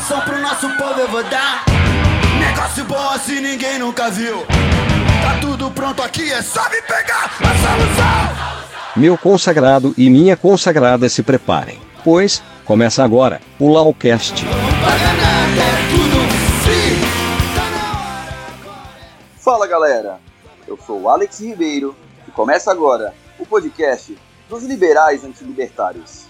solução pro nosso povo eu vou dar. Negócio bom assim ninguém nunca viu. Tá tudo pronto aqui, é só me pegar a solução. Meu consagrado e minha consagrada se preparem, pois começa agora o Lawcast. Fala galera, eu sou o Alex Ribeiro e começa agora o podcast dos liberais antilibertários.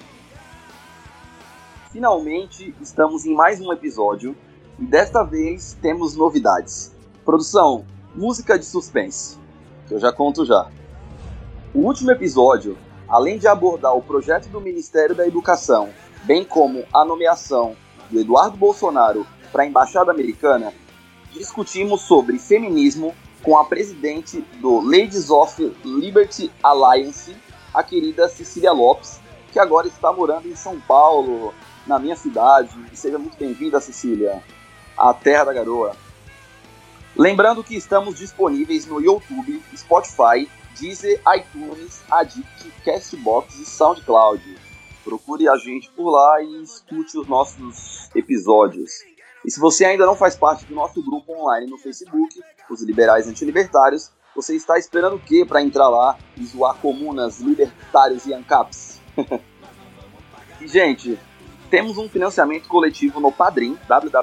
Finalmente estamos em mais um episódio e desta vez temos novidades. Produção, música de suspense, que eu já conto já. O último episódio, além de abordar o projeto do Ministério da Educação, bem como a nomeação do Eduardo Bolsonaro para a Embaixada Americana, discutimos sobre feminismo com a presidente do Ladies of Liberty Alliance, a querida Cecília Lopes, que agora está morando em São Paulo, na minha cidade. Seja muito bem-vinda, Cecília, à terra da garoa. Lembrando que estamos disponíveis no YouTube, Spotify, Deezer, iTunes, Addict, Castbox e SoundCloud. Procure a gente por lá e escute os nossos episódios. E se você ainda não faz parte do nosso grupo online no Facebook, os Liberais Antilibertários, você está esperando o quê para entrar lá e zoar comunas, libertários e ANCAPs? E, gente, temos um financiamento coletivo no Padrim,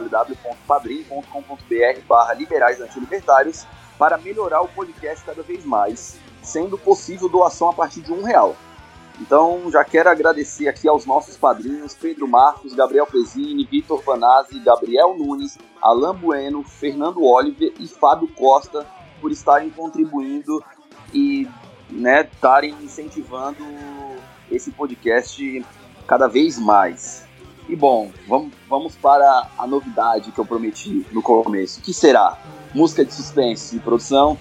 www.padrim.com.br/liberais antilibertários, para melhorar o podcast cada vez mais, sendo possível doação a partir de R$1. Então, já quero agradecer aqui aos nossos padrinhos, Pedro Marcos, Gabriel Pezzini, Vitor Vanazzi, Gabriel Nunes, Alain Bueno, Fernando Oliver e Fábio Costa, por estarem contribuindo e estarem incentivando esse podcast cada vez mais. E bom, vamos para a novidade que eu prometi no começo. O que será? Música de suspense e produção.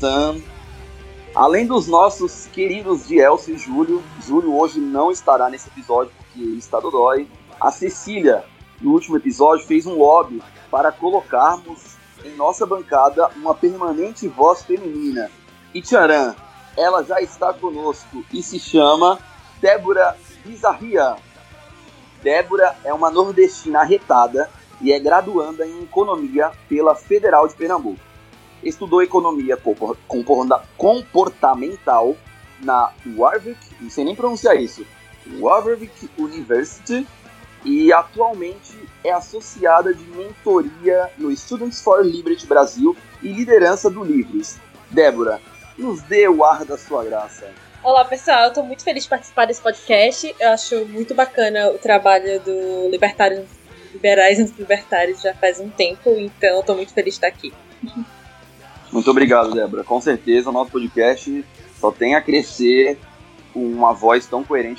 Além dos nossos queridos de Elcio e Júlio hoje não estará nesse episódio porque ele está dodói. A Cecília, no último episódio, fez um lobby para colocarmos em nossa bancada uma permanente voz feminina. E tcharam, ela já está conosco e se chama Débora Bizarria. Débora é uma nordestina arretada e é graduanda em Economia pela Federal de Pernambuco. Estudou Economia Comportamental na Warwick, não sei nem pronunciar isso, Warwick University, e atualmente é associada de mentoria no Students for Liberty Brasil e liderança do Livres. Débora, nos dê o ar da sua graça. Olá pessoal, eu estou muito feliz de participar desse podcast. Eu acho muito bacana o trabalho do Liberais Antilibertários já faz um tempo, então eu estou muito feliz de estar aqui. Muito obrigado, Débora. Com certeza o nosso podcast só tem a crescer com uma voz tão coerente.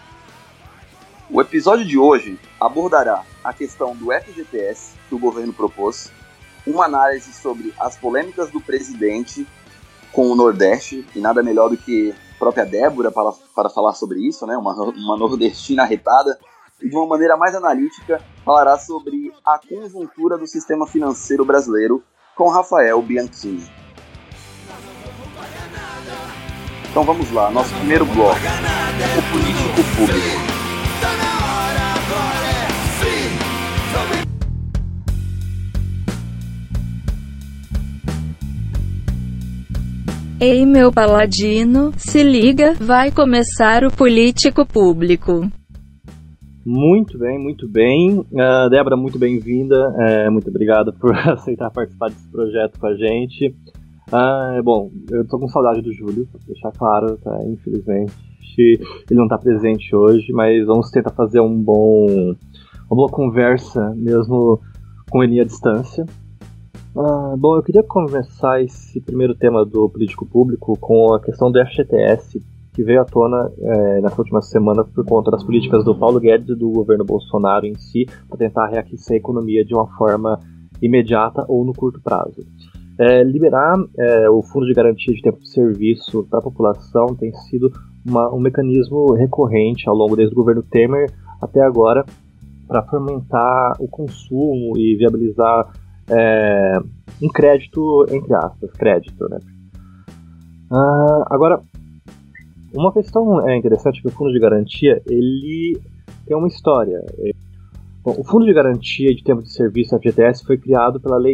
O episódio de hoje abordará a questão do FGTS que o governo propôs, uma análise sobre as polêmicas do presidente com o Nordeste, e nada melhor do que a própria Débora para falar sobre isso, né? Uma nordestina arretada, e de uma maneira mais analítica falará sobre a conjuntura do sistema financeiro brasileiro com Rafael Bianchini. Então vamos lá, nosso primeiro bloco, o político público. Ei meu paladino, se liga, vai começar o político público. Muito bem. Débora, muito bem-vinda. Muito obrigado por aceitar participar desse projeto com a gente. Bom, eu tô com saudade do Júlio, pra deixar claro, tá? Infelizmente ele não tá presente hoje, mas vamos tentar fazer uma boa conversa, mesmo com ele à distância. Bom, eu queria conversar esse primeiro tema do político público com a questão do FGTS, que veio à tona nessa última semana por conta das políticas do Paulo Guedes e do governo Bolsonaro em si, para tentar reaquecer a economia de uma forma imediata ou no curto prazo. Liberar o Fundo de Garantia de Tempo de Serviço para a população tem sido um mecanismo recorrente ao longo desde o governo Temer até agora para fomentar o consumo e viabilizar um crédito, entre aspas, crédito, né? Agora, uma questão interessante é que o Fundo de Garantia, ele tem uma história. Bom, o Fundo de Garantia de Tempo de Serviço FGTS foi criado pela Lei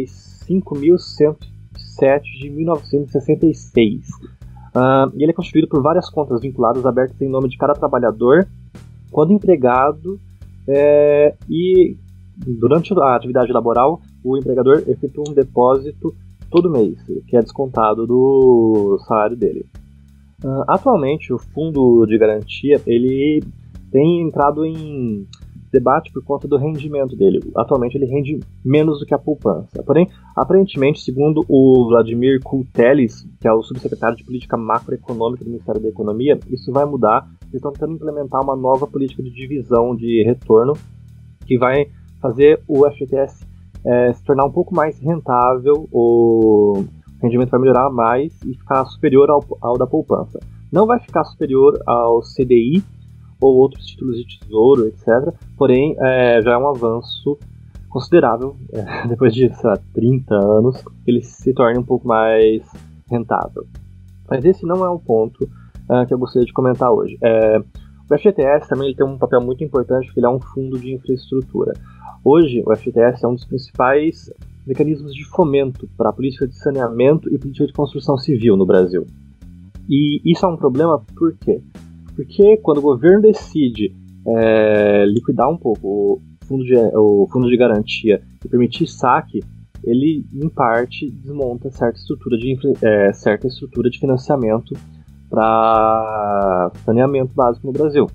5.107 de 1966. E ele é constituído por várias contas vinculadas abertas em nome de cada trabalhador quando empregado e durante a atividade laboral o empregador efetua um depósito todo mês, que é descontado do salário dele. Atualmente o Fundo de Garantia ele tem entrado em debate por conta do rendimento dele. Atualmente ele rende menos do que a poupança. Porém, aparentemente, segundo o Vladimir Kultelis, que é o subsecretário de Política Macroeconômica do Ministério da Economia, isso vai mudar. Eles estão tentando implementar uma nova política de divisão de retorno que vai fazer o FGTS se tornar um pouco mais rentável, o rendimento vai melhorar mais e ficar superior ao da poupança. Não vai ficar superior ao CDI ou outros títulos de tesouro, etc. Porém, já é um avanço considerável, depois de 30 anos, que ele se torne um pouco mais rentável. Mas esse não é o ponto que eu gostaria de comentar hoje. O FGTS também ele tem um papel muito importante, porque ele é um fundo de infraestrutura. Hoje, o FGTS é um dos principais mecanismos de fomento para a política de saneamento e política de construção civil no Brasil. E isso é um problema por quê? Porque quando o governo decide liquidar um pouco o fundo de garantia e permitir saque, ele, em parte, desmonta certa estrutura de financiamento para saneamento básico no Brasil.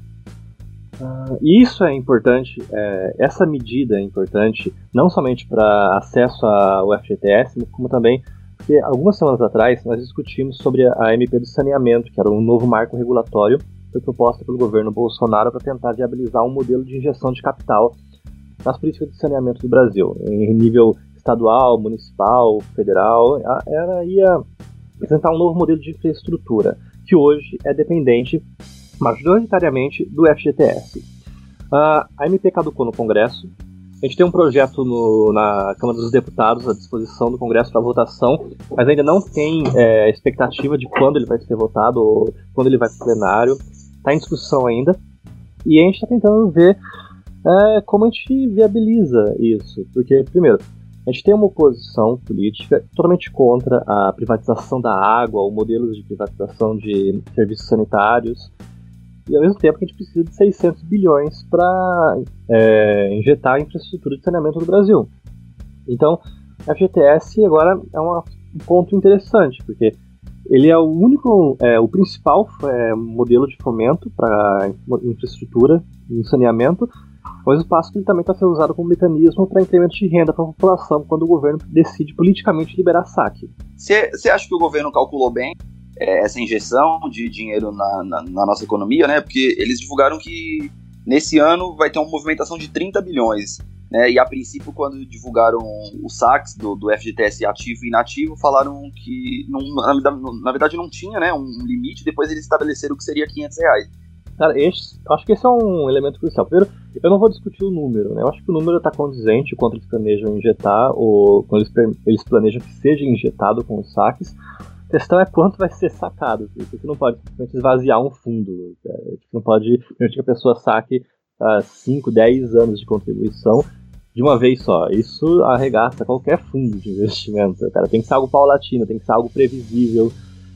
E isso é importante, essa medida é importante não somente para acesso ao FGTS, mas como também porque algumas semanas atrás nós discutimos sobre a MP do saneamento, que era um novo marco regulatório foi proposta pelo governo Bolsonaro para tentar viabilizar um modelo de injeção de capital nas políticas de saneamento do Brasil, em nível estadual, municipal, federal. Ela ia apresentar um novo modelo de infraestrutura, que hoje é dependente majoritariamente do FGTS. A MP caducou no Congresso. A gente tem um projeto na Câmara dos Deputados à disposição do Congresso para votação, mas ainda não tem expectativa de quando ele vai ser votado ou quando ele vai para o plenário. Está em discussão ainda. E a gente está tentando ver como a gente viabiliza isso. Porque, primeiro, a gente tem uma oposição política totalmente contra a privatização da água, ou modelos de privatização de serviços sanitários. E ao mesmo tempo que a gente precisa de 600 bilhões para injetar a infraestrutura de saneamento do Brasil. Então, a FGTS agora é um ponto interessante, porque ele é o principal modelo de fomento para infraestrutura e saneamento, mas o passo que ele também está sendo usado como mecanismo para incremento de renda para a população quando o governo decide politicamente liberar saque. Você acha que o governo calculou bem essa injeção de dinheiro na nossa economia, né? Porque eles divulgaram que nesse ano vai ter uma movimentação de 30 bilhões, né? E a princípio, quando divulgaram os saques do FGTS ativo e inativo, falaram que na verdade não tinha, né, um limite. Depois eles estabeleceram que seria R$500. Cara, acho que esse é um elemento crucial. Primeiro, eu não vou discutir o número, né? Eu acho que o número está condizente quando eles planejam injetar ou quando eles planejam que seja injetado com os saques. A questão é quanto vai ser sacado. Você não pode simplesmente esvaziar um fundo. Você não pode permitir que a pessoa saque 5, 10 anos de contribuição de uma vez só. Isso arregaça qualquer fundo de investimento. Cara, tem que ser algo paulatino, tem que ser algo previsível.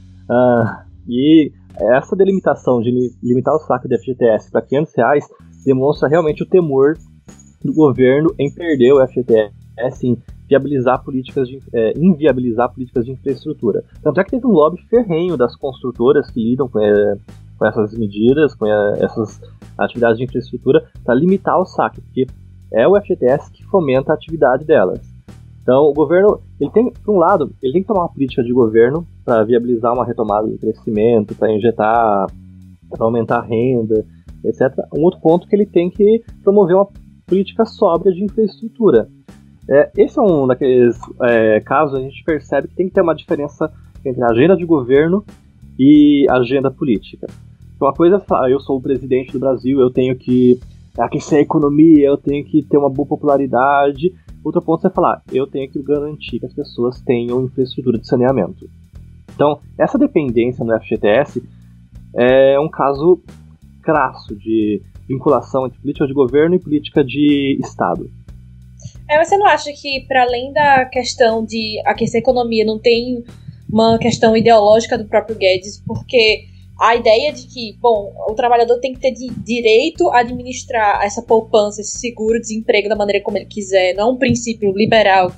E essa delimitação de limitar o saque do FGTS para R$500 demonstra realmente o temor do governo em perder o FGTS, em inviabilizar políticas de infraestrutura. Tanto é que teve um lobby ferrenho das construtoras que lidam com essas medidas, com essas atividades de infraestrutura, para limitar o saque, porque é o FGTS que fomenta a atividade delas. Então, o governo, ele tem, por um lado, ele tem que tomar uma política de governo para viabilizar uma retomada do crescimento, para injetar, para aumentar a renda, etc. Um outro ponto que ele tem que promover uma política sóbria de infraestrutura. Esse é um daqueles casos a gente percebe que tem que ter uma diferença entre a agenda de governo e a agenda política. Uma coisa é falar, eu sou o presidente do Brasil, eu tenho que aquecer a economia, eu tenho que ter uma boa popularidade. Outro ponto é falar, eu tenho que garantir que as pessoas tenham infraestrutura de saneamento. Então, essa dependência no FGTS é um caso crasso de vinculação entre política de governo e política de Estado. Mas você não acha que, para além da questão de aquecer a economia, não tem uma questão ideológica do próprio Guedes? Porque a ideia de que, bom, o trabalhador tem que ter direito a administrar essa poupança, esse seguro-desemprego da maneira como ele quiser, não é um princípio liberal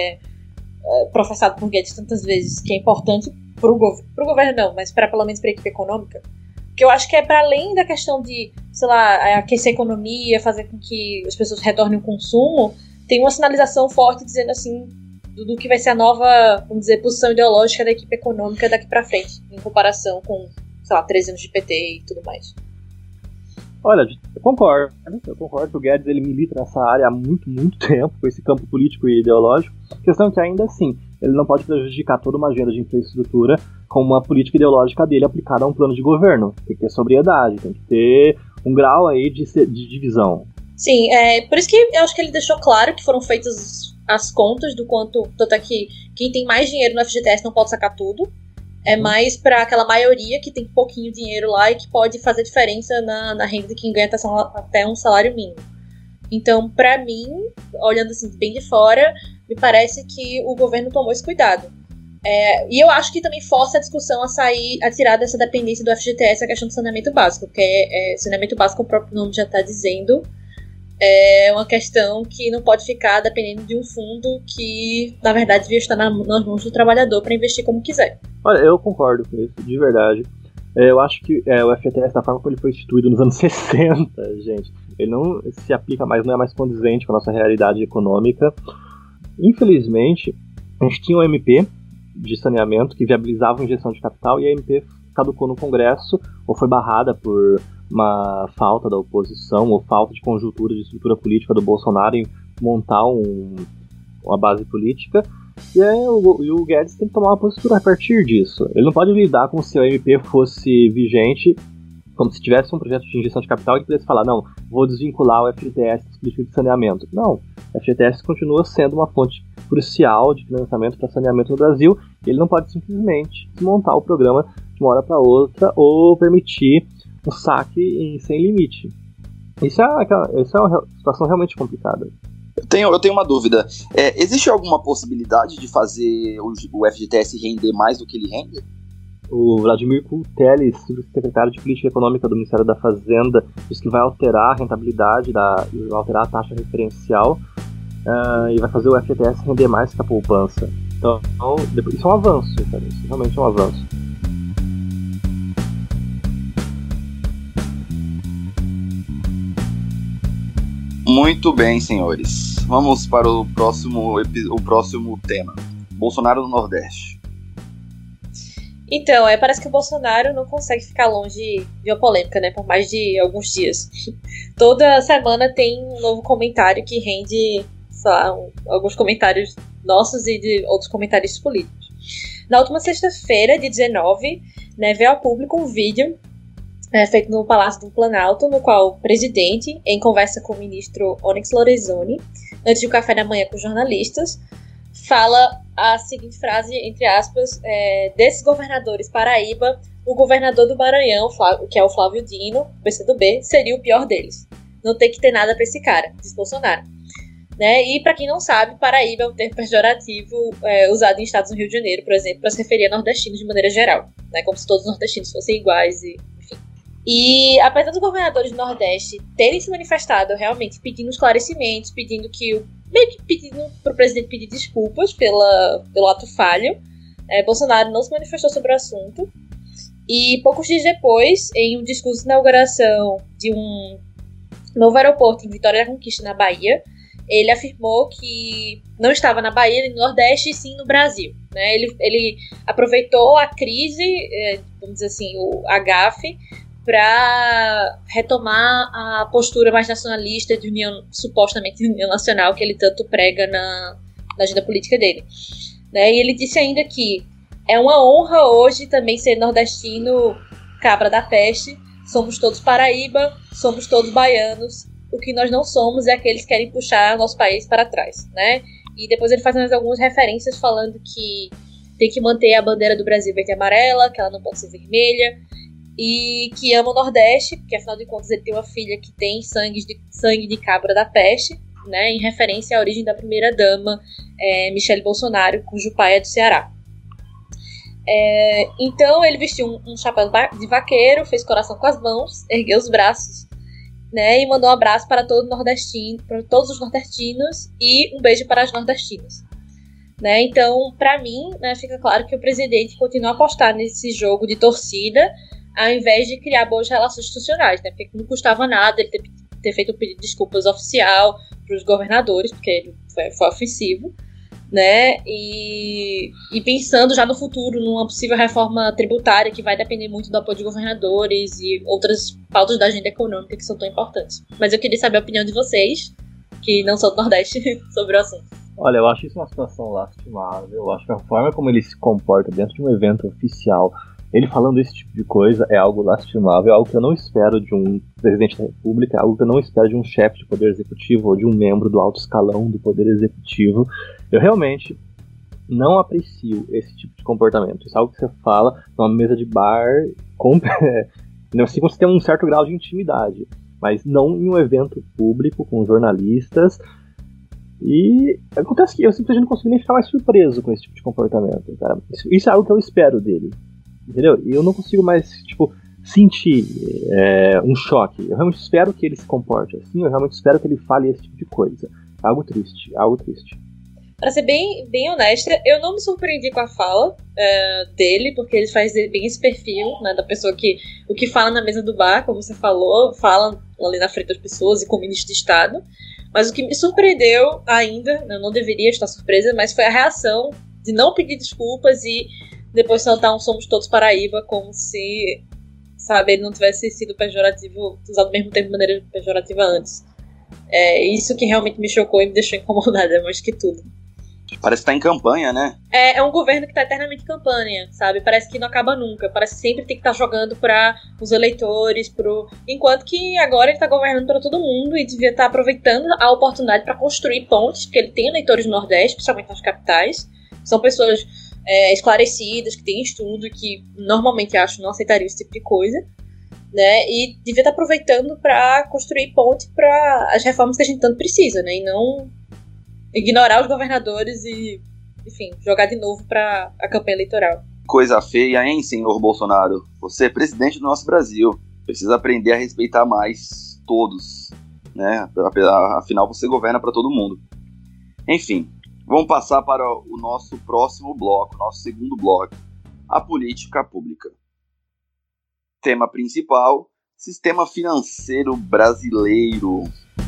professado por Guedes tantas vezes, que é importante pro governo não, mas pelo menos para a equipe econômica. Que eu acho que é para além da questão de, sei lá, aquecer a economia, fazer com que as pessoas retornem ao consumo, tem uma sinalização forte dizendo assim do que vai ser a nova, vamos dizer, posição ideológica da equipe econômica daqui para frente, em comparação com, sei lá, 13 anos de PT e tudo mais. Olha, eu concordo que o Guedes ele milita nessa área há muito, muito tempo, com esse campo político e ideológico. A questão é que ainda assim, ele não pode prejudicar toda uma agenda de infraestrutura com uma política ideológica dele aplicada a um plano de governo. Tem que ter sobriedade, tem que ter um grau aí de divisão. Sim, por isso que eu acho que ele deixou claro que foram feitas as contas do quanto, tanto é que quem tem mais dinheiro no FGTS não pode sacar tudo. É mais para aquela maioria que tem pouquinho dinheiro lá e que pode fazer diferença na renda de quem ganha até um salário mínimo. Então, para mim, olhando assim bem de fora, me parece que o governo tomou esse cuidado. E eu acho que também força a discussão a tirar dessa dependência do FGTS a questão do saneamento básico, porque saneamento básico, o próprio nome já está dizendo, é uma questão que não pode ficar dependendo de um fundo que, na verdade, devia estar nas mãos do trabalhador para investir como quiser. Olha, eu concordo com isso, de verdade. Eu acho que o FGTS, da forma como ele foi instituído nos anos 60, gente, ele não se aplica mais, não é mais condizente com a nossa realidade econômica. Infelizmente, a gente tinha um MP de saneamento que viabilizava a injeção de capital e a MP caducou no Congresso ou foi barrada por uma falta da oposição ou falta de conjuntura de estrutura política do Bolsonaro em montar uma base política. E o Guedes tem que tomar uma postura a partir disso. Ele não pode lidar como se o MP fosse vigente, como se tivesse um projeto de injeção de capital e que pudesse falar, não, vou desvincular o FGTS das políticas de saneamento. Não, o FGTS continua sendo uma fonte crucial de financiamento para saneamento no Brasil. Ele não pode simplesmente desmontar o programa de uma hora para outra ou permitir um saque sem limite. Isso é uma situação realmente complicada. Eu tenho uma dúvida. Existe alguma possibilidade de fazer o FGTS render mais do que ele rende? O Vladimir Kultelis, subsecretário de Política Econômica do Ministério da Fazenda, diz que vai alterar a rentabilidade, vai alterar a taxa referencial e vai fazer o FGTS render mais que a poupança. Então, isso é um avanço, cara. Isso realmente é um avanço. Muito bem, senhores. Vamos para o próximo tema. Bolsonaro no Nordeste. Então, parece que o Bolsonaro não consegue ficar longe de uma polêmica, né? Por mais de alguns dias. Toda semana tem um novo comentário que rende, sei lá, alguns comentários nossos e de outros comentaristas políticos. Na última sexta-feira, de 19, né, veio ao público um vídeo feito no Palácio do Planalto, no qual o presidente, em conversa com o ministro Onyx Lorenzoni, antes de um café da manhã com jornalistas, fala a seguinte frase, entre aspas, desses governadores Paraíba, o governador do Maranhão, que é o Flávio Dino, PCdoB, seria o pior deles. Não tem que ter nada pra esse cara, diz Bolsonaro. Né? E pra quem não sabe, Paraíba é um termo pejorativo usado em estados do Rio de Janeiro, por exemplo, para se referir a nordestinos de maneira geral, né? Como se todos os nordestinos fossem iguais, enfim. E apesar dos governadores do Nordeste terem se manifestado realmente pedindo esclarecimentos, pedindo para o presidente pedir desculpas pelo ato falho, Bolsonaro não se manifestou sobre o assunto. E poucos dias depois, em um discurso de inauguração de um novo aeroporto em Vitória da Conquista, na Bahia, ele afirmou que não estava na Bahia, nem no Nordeste, e sim no Brasil. Né? Ele aproveitou a crise, vamos dizer assim, a gafe, para retomar a postura mais nacionalista de supostamente de união nacional, que ele tanto prega na agenda política dele. Né? E ele disse ainda que é uma honra hoje também ser nordestino, cabra da peste, somos todos Paraíba, somos todos baianos, o que nós não somos é aqueles que querem puxar o nosso país para trás. Né? E depois ele faz mais algumas referências falando que tem que manter a bandeira do Brasil verde e amarela, que ela não pode ser vermelha, e que ama o Nordeste, porque afinal de contas ele tem uma filha que tem sangue de cabra da peste, né, em referência à origem da primeira-dama, Michele Bolsonaro, cujo pai é do Ceará. Então ele vestiu um chapéu de vaqueiro, fez coração com as mãos, ergueu os braços, né, e mandou um abraço para todos os nordestinos e um beijo para as nordestinas. Né, então, para mim, né, fica claro que o presidente continua a apostar nesse jogo de torcida, ao invés de criar boas relações institucionais, né, porque não custava nada ele ter feito um pedido de desculpas oficial para os governadores, porque ele foi ofensivo, né, e pensando já no futuro, numa possível reforma tributária que vai depender muito do apoio de governadores e outras pautas da agenda econômica que são tão importantes. Mas eu queria saber a opinião de vocês, que não são do Nordeste, sobre o assunto. Olha, eu acho isso uma situação lastimável. Eu acho que a forma como ele se comporta dentro de um evento oficial, ele falando esse tipo de coisa, é algo lastimável, é algo que eu não espero de um presidente da República, é algo que eu não espero de um chefe de poder executivo ou de um membro do alto escalão do poder executivo. Eu realmente não aprecio esse tipo de comportamento. Isso é algo que você fala numa mesa de bar, assim, você tem um certo grau de intimidade, mas não em um evento público com jornalistas. E acontece que eu simplesmente não consigo nem ficar mais surpreso com esse tipo de comportamento, cara. Isso é algo que eu espero dele, entendeu? E eu não consigo mais, sentir um choque. Eu realmente espero que ele se comporte assim, eu realmente espero que ele fale esse tipo de coisa. Algo triste. Pra ser bem honesta, eu não me surpreendi com a fala dele, porque ele faz bem esse perfil, né, da pessoa que o que fala na mesa do bar, como você falou, fala ali na frente das pessoas e com o ministro de Estado. Mas o que me surpreendeu ainda, eu não deveria estar surpresa, mas foi a reação de não pedir desculpas e depois soltar um Somos Todos Paraíba, como se, sabe, ele não tivesse sido pejorativo, usado ao mesmo tempo de maneira pejorativa antes. Isso que realmente me chocou e me deixou incomodada, mais que tudo. Parece que tá em campanha, né? É um governo que tá eternamente em campanha, sabe? Parece que não acaba nunca. Parece que sempre tem que estar jogando para os eleitores, enquanto que agora ele tá governando para todo mundo e devia estar aproveitando a oportunidade para construir pontes, porque ele tem eleitores no Nordeste, principalmente nas capitais. São pessoas esclarecidas, que têm estudo, que normalmente acho não aceitariam esse tipo de coisa, né? E devia estar aproveitando para construir ponte para as reformas que a gente tanto precisa, né? E não ignorar os governadores e, enfim, jogar de novo para a campanha eleitoral. Coisa feia, hein, senhor Bolsonaro? Você é presidente do nosso Brasil. Precisa aprender a respeitar mais todos, né? Afinal, você governa para todo mundo. Enfim, vamos passar para o nosso próximo bloco, nosso segundo bloco, a política pública. Tema principal, sistema financeiro brasileiro.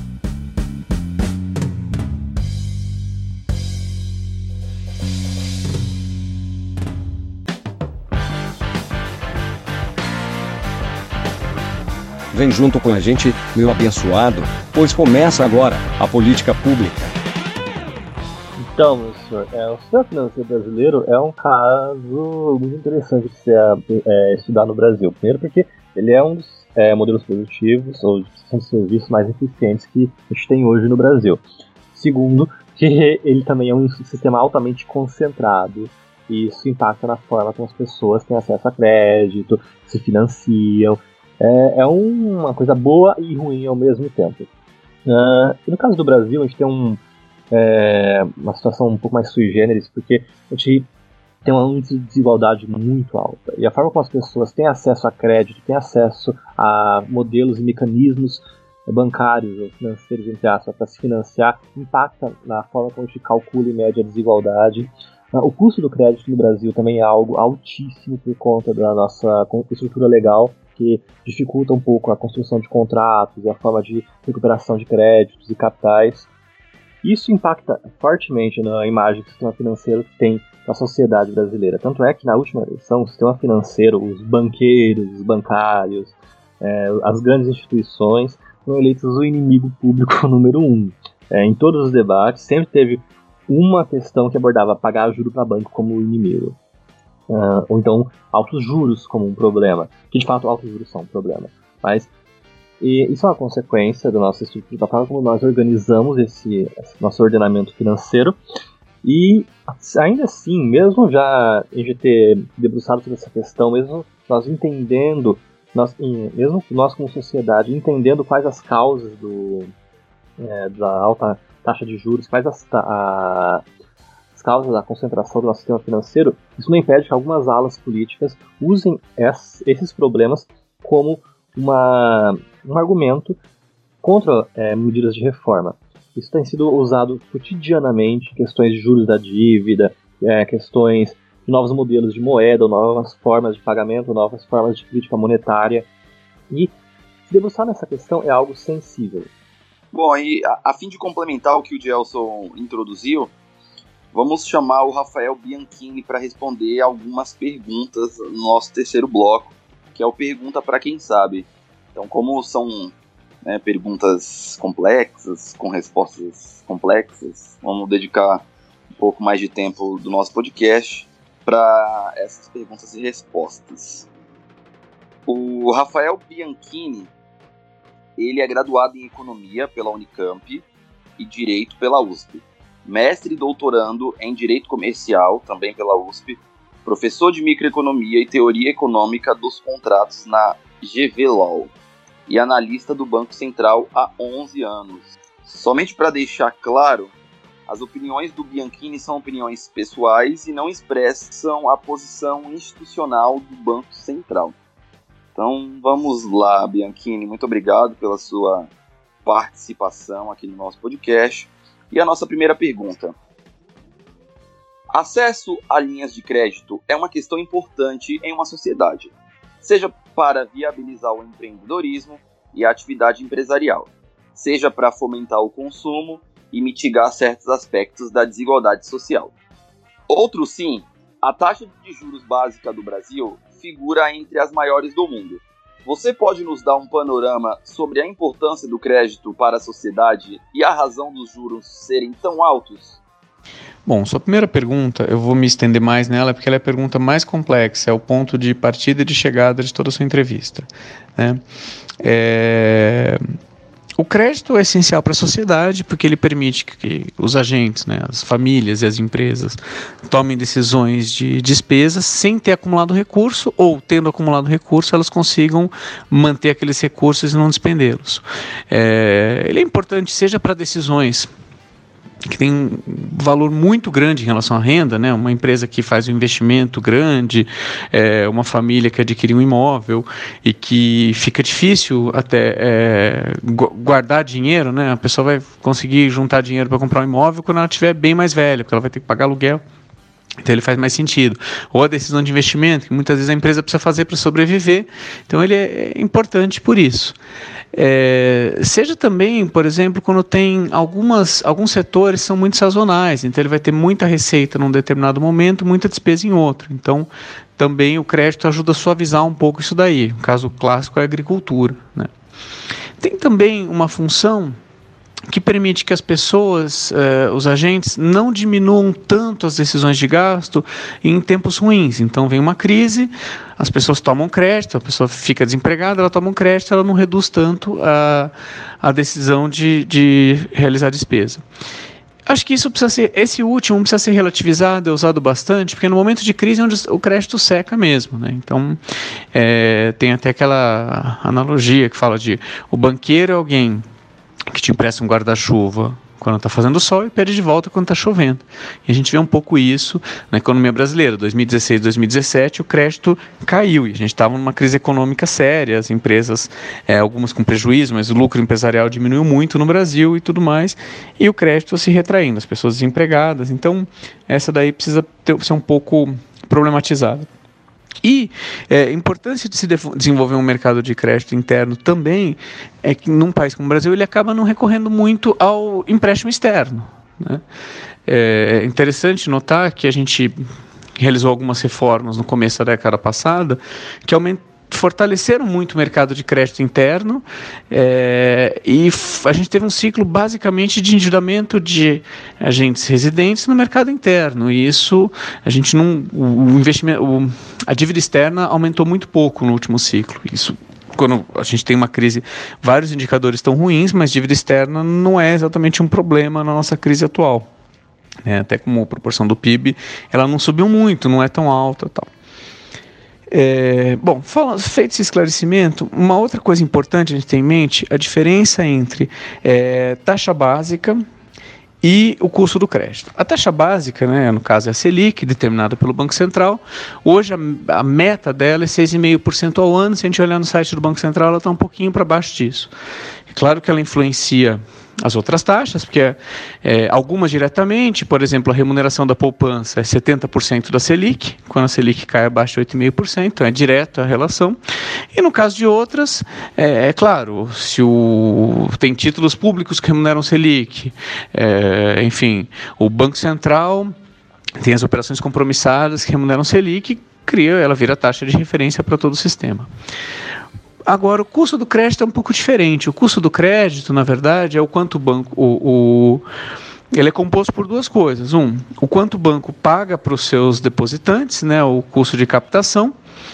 Vem junto com a gente, meu abençoado, pois começa agora a política pública. Então, meu senhor, o sistema financeiro brasileiro é um caso muito interessante de se estudar no Brasil. Primeiro porque ele é um dos modelos produtivos ou de serviços mais eficientes que a gente tem hoje no Brasil. Segundo, que ele também é um sistema altamente concentrado. E isso impacta na forma como as pessoas têm acesso a crédito, se financiam. É uma coisa boa e ruim ao mesmo tempo. E no caso do Brasil, a gente tem uma situação um pouco mais sui generis, porque a gente tem um índice de desigualdade muito alta. E a forma como as pessoas têm acesso a crédito, têm acesso a modelos e mecanismos bancários ou financeiros, entre aspas, para se financiar, impacta na forma como a gente calcula e mede a desigualdade. O custo do crédito no Brasil também é algo altíssimo por conta da nossa estrutura legal, que dificulta um pouco a construção de contratos e a forma de recuperação de créditos e capitais. Isso impacta fortemente na imagem que o sistema financeiro tem na sociedade brasileira. Tanto é que na última eleição, o sistema financeiro, os banqueiros, os bancários, as grandes instituições foram eleitos o inimigo público número 1. Em todos os debates, sempre teve uma questão que abordava pagar juro para banco como inimigo. Ou então altos juros como um problema, que de fato altos juros são um problema, mas isso é uma consequência da nossa estrutura, da forma como nós organizamos esse nosso ordenamento financeiro. E ainda assim, mesmo já a gente ter debruçado sobre essa questão, mesmo nós entendendo mesmo nós como sociedade, entendendo quais as causas da alta taxa de juros, quais as causas da concentração do nosso sistema financeiro, isso não impede que algumas alas políticas usem esses problemas como um argumento contra medidas de reforma. Isso tem sido usado cotidianamente, questões de juros da dívida, questões de novos modelos de moeda, novas formas de pagamento, novas formas de política monetária. E se debruçar nessa questão é algo sensível. Bom, e a fim de complementar o que o Gelson introduziu, vamos chamar o Rafael Bianchini para responder algumas perguntas no nosso terceiro bloco, que é o Pergunta para Quem Sabe. Então, como são perguntas complexas, com respostas complexas, vamos dedicar um pouco mais de tempo do nosso podcast para essas perguntas e respostas. O Rafael Bianchini, ele é graduado em Economia pela Unicamp e Direito pela USP. Mestre e doutorando em Direito Comercial, também pela USP. Professor de Microeconomia e Teoria Econômica dos Contratos na GV-Law. E analista do Banco Central há 11 anos. Somente para deixar claro, as opiniões do Bianchini são opiniões pessoais e não expressam a posição institucional do Banco Central. Então vamos lá, Bianchini, muito obrigado pela sua participação aqui no nosso podcast. E a nossa primeira pergunta. Acesso a linhas de crédito é uma questão importante em uma sociedade, seja para viabilizar o empreendedorismo e a atividade empresarial, seja para fomentar o consumo e mitigar certos aspectos da desigualdade social. Outro sim, a taxa de juros básica do Brasil figura entre as maiores do mundo. Você pode nos dar um panorama sobre a importância do crédito para a sociedade e a razão dos juros serem tão altos? Bom, sua primeira pergunta, eu vou me estender mais nela porque ela é a pergunta mais complexa, é o ponto de partida e de chegada de toda a sua entrevista, né? O crédito é essencial para a sociedade porque ele permite que os agentes, né, as famílias e as empresas tomem decisões de despesas sem ter acumulado recurso ou, tendo acumulado recurso, elas consigam manter aqueles recursos e não despendê-los. Ele é importante seja para decisões que tem um valor muito grande em relação à renda, né? Uma empresa que faz um investimento grande, uma família que adquire um imóvel e que fica difícil até guardar dinheiro, né? A pessoa vai conseguir juntar dinheiro para comprar um imóvel quando ela estiver bem mais velha, porque ela vai ter que pagar aluguel. Então ele faz mais sentido. Ou a decisão de investimento, que muitas vezes a empresa precisa fazer para sobreviver. Então ele é importante por isso. Seja também, por exemplo, quando tem alguns setores que são muito sazonais. Então ele vai ter muita receita num determinado momento, muita despesa em outro. Então também o crédito ajuda a suavizar um pouco isso daí. O caso clássico é a agricultura, né? Tem também uma função que permite que as pessoas, os agentes, não diminuam tanto as decisões de gasto em tempos ruins. Então vem uma crise, as pessoas tomam crédito, a pessoa fica desempregada, ela toma um crédito, ela não reduz tanto a decisão de realizar a despesa. Acho que esse último precisa ser relativizado, é usado bastante, porque no momento de crise é onde o crédito seca mesmo, né? Então, tem até aquela analogia que fala de o banqueiro é alguém que te empresta um guarda-chuva quando está fazendo sol e pede de volta quando está chovendo. E a gente vê um pouco isso na economia brasileira. 2016, 2017, o crédito caiu e a gente estava numa crise econômica séria, as empresas, algumas com prejuízo, mas o lucro empresarial diminuiu muito no Brasil e tudo mais, e o crédito se retraindo, as pessoas desempregadas. Então, essa daí precisa ser um pouco problematizada. E a importância de se desenvolver um mercado de crédito interno também é que num país como o Brasil ele acaba não recorrendo muito ao empréstimo externo, né? É interessante notar que a gente realizou algumas reformas no começo da década passada que fortaleceram muito o mercado de crédito interno, e a gente teve um ciclo basicamente de endividamento de agentes residentes no mercado interno, e isso a dívida externa aumentou muito pouco no último ciclo. Isso, quando a gente tem uma crise, vários indicadores estão ruins, mas dívida externa não é exatamente um problema na nossa crise atual, né? Até como proporção do PIB ela não subiu muito, não é tão alta, tal. Bom, feito esse esclarecimento, uma outra coisa importante a gente ter em mente a diferença entre taxa básica e o custo do crédito. A taxa básica, né, no caso é a Selic, determinada pelo Banco Central. Hoje a meta dela é 6,5% ao ano. Se a gente olhar no site do Banco Central, ela está um pouquinho para baixo disso. É claro que ela influencia as outras taxas, porque algumas diretamente, por exemplo, a remuneração da poupança é 70% da Selic, quando a Selic cai abaixo de 8,5%, então é direta a relação. E no caso de outras, é claro, se tem títulos públicos que remuneram Selic, enfim, o Banco Central tem as operações compromissadas que remuneram Selic, ela vira taxa de referência para todo o sistema. Agora, o custo do crédito é um pouco diferente. O custo do crédito, na verdade, é o quanto o banco... ele é composto por duas coisas. O quanto o banco paga para os seus depositantes, né, o custo de captação,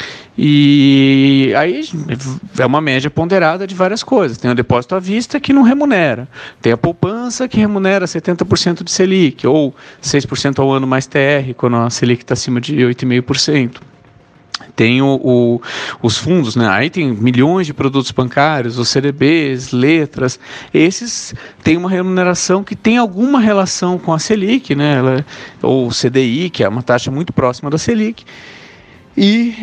e aí é uma média ponderada de várias coisas. Tem o depósito à vista que não remunera. Tem a poupança que remunera 70% de Selic, ou 6% ao ano mais TR, quando a Selic está acima de 8,5%. Tem os fundos, né? Aí tem milhões de produtos bancários, os CDBs, letras. Esses têm uma remuneração que tem alguma relação com a Selic, né? Ou CDI, que é uma taxa muito próxima da Selic. E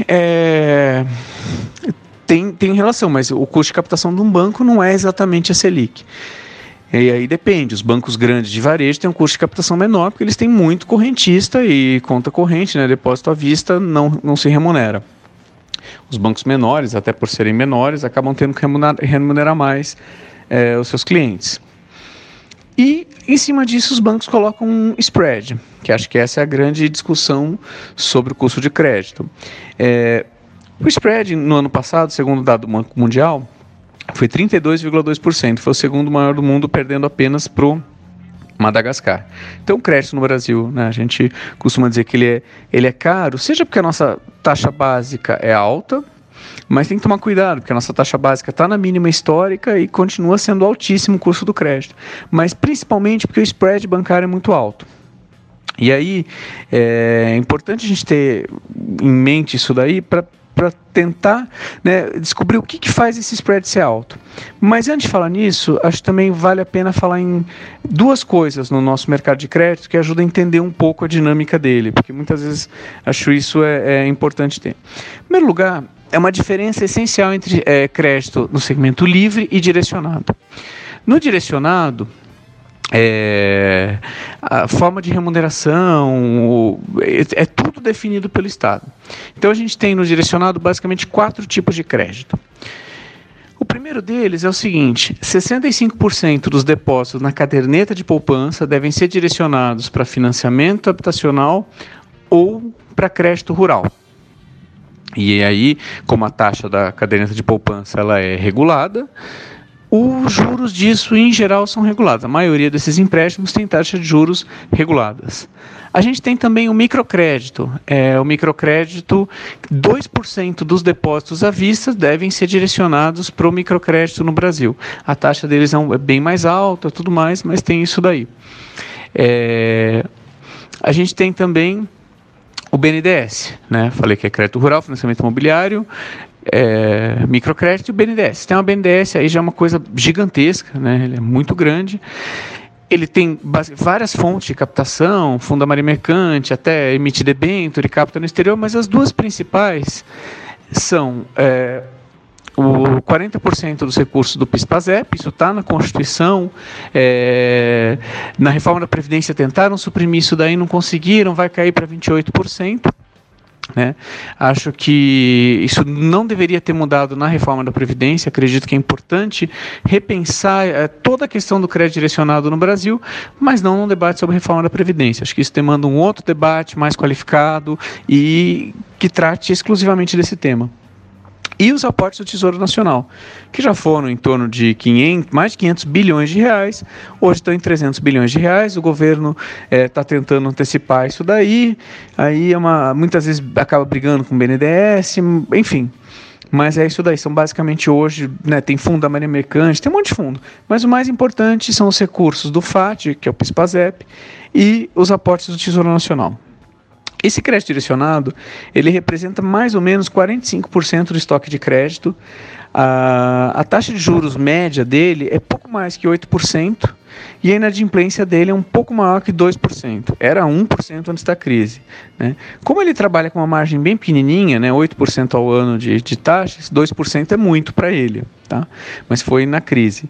tem relação, mas o custo de captação de um banco não é exatamente a Selic. E aí depende, os bancos grandes de varejo têm um custo de captação menor, porque eles têm muito correntista e conta corrente, né, depósito à vista não se remunera. Os bancos menores, até por serem menores, acabam tendo que remunerar mais os seus clientes. E, em cima disso, os bancos colocam um spread, que acho que essa é a grande discussão sobre o custo de crédito. O spread, no ano passado, segundo o dado do Banco Mundial, foi 32,2%, foi o segundo maior do mundo, perdendo apenas para o Madagascar. Então, o crédito no Brasil, né, a gente costuma dizer que ele é caro, seja porque a nossa taxa básica é alta, mas tem que tomar cuidado, porque a nossa taxa básica está na mínima histórica e continua sendo altíssimo o custo do crédito, mas principalmente porque o spread bancário é muito alto. E aí, é importante a gente ter em mente isso daí para tentar, né, descobrir o que faz esse spread ser alto. Mas antes de falar nisso, acho que também vale a pena falar em duas coisas no nosso mercado de crédito que ajudam a entender um pouco a dinâmica dele, porque muitas vezes acho isso é importante ter. Em primeiro lugar, é uma diferença essencial entre crédito no segmento livre e direcionado. No direcionado, a forma de remuneração, é tudo definido pelo Estado. Então a gente tem no direcionado basicamente 4 tipos de crédito. O primeiro deles é o seguinte: 65% dos depósitos na caderneta de poupança devem ser direcionados para financiamento habitacional ou para crédito rural. E aí, como a taxa da caderneta de poupança ela é regulada, os juros disso, em geral, são regulados. A maioria desses empréstimos tem taxa de juros reguladas. A gente tem também o microcrédito. O microcrédito, 2% dos depósitos à vista devem ser direcionados para o microcrédito no Brasil. A taxa deles é bem mais alta, tudo mais, mas tem isso daí. A gente tem também o BNDES, né? Falei que é crédito rural, financiamento imobiliário, microcrédito e o BNDES. Tem uma BNDES aí já é uma coisa gigantesca, né? Ele é muito grande. Ele tem várias fontes de captação, fundo Maria Mercante, até emite debênture, capta no exterior, mas as duas principais são o 40% dos recursos do PIS/PASEP, isso está na Constituição. Na reforma da Previdência tentaram suprimir isso daí, não conseguiram, vai cair para 28%. Né? Acho que isso não deveria ter mudado na reforma da Previdência. Acredito que é importante repensar toda a questão do crédito direcionado no Brasil, mas não num debate sobre a reforma da Previdência. Acho que isso demanda um outro debate mais qualificado e que trate exclusivamente desse tema. E os aportes do Tesouro Nacional, que já foram em torno de mais de 500 bilhões de reais, hoje estão em 300 bilhões de reais, o governo está tentando antecipar isso daí, aí muitas vezes acaba brigando com o BNDES, enfim, mas é isso daí, são basicamente hoje, né, tem fundo da Maria Mercante, tem um monte de fundo, mas o mais importante são os recursos do FAT, que é o PIS/PASEP, e os aportes do Tesouro Nacional. Esse crédito direcionado, ele representa mais ou menos 45% do estoque de crédito. A taxa de juros média dele é pouco mais que 8% e a inadimplência dele é um pouco maior que 2%. Era 1% antes da crise, né? Como ele trabalha com uma margem bem pequenininha, né, 8% ao ano de taxas, 2% é muito para ele, tá? Mas foi na crise.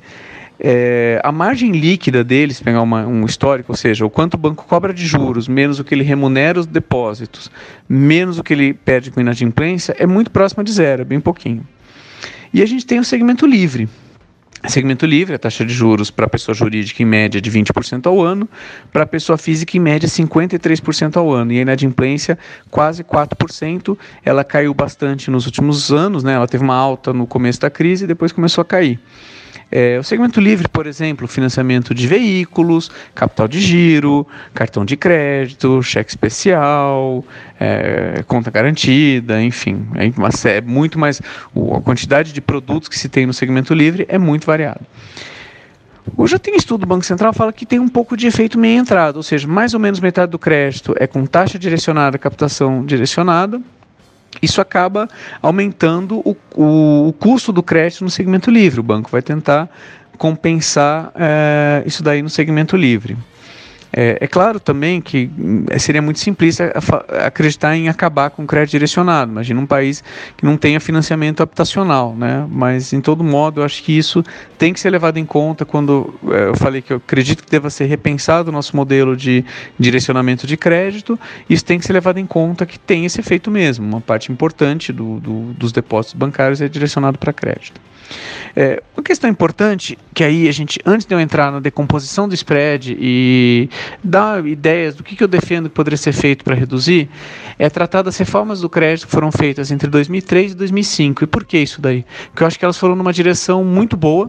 A margem líquida deles, se pegar um histórico, ou seja, o quanto o banco cobra de juros, menos o que ele remunera os depósitos, menos o que ele perde com inadimplência, é muito próxima de zero, é bem pouquinho. E a gente tem o segmento livre. Segmento livre, a taxa de juros para a pessoa jurídica em média de 20% ao ano, para a pessoa física em média 53% ao ano, e a inadimplência quase 4%, ela caiu bastante nos últimos anos, né? Ela teve uma alta no começo da crise e depois começou a cair. O segmento livre, por exemplo, financiamento de veículos, capital de giro, cartão de crédito, cheque especial, conta garantida, enfim, é muito mais, a quantidade de produtos que se tem no segmento livre é muito variado. Hoje já tem estudo do Banco Central que fala que tem um pouco de efeito meia entrada, ou seja, mais ou menos metade do crédito é com taxa direcionada, captação direcionada. Isso acaba aumentando o custo do crédito no segmento livre. O banco vai tentar compensar isso daí no segmento livre. É claro também que seria muito simplista acreditar em acabar com o crédito direcionado. Imagina um país que não tenha financiamento habitacional, né? Mas, em todo modo, eu acho que isso tem que ser levado em conta quando eu falei que eu acredito que deva ser repensado o nosso modelo de direcionamento de crédito. Isso tem que ser levado em conta que tem esse efeito mesmo. Uma parte importante dos depósitos bancários é direcionado para crédito. Uma questão importante, que aí a gente, antes de eu entrar na decomposição do spread e dar ideias do que eu defendo que poderia ser feito para reduzir, é tratar das reformas do crédito que foram feitas entre 2003 e 2005. E por que isso daí? Porque eu acho que elas foram numa direção muito boa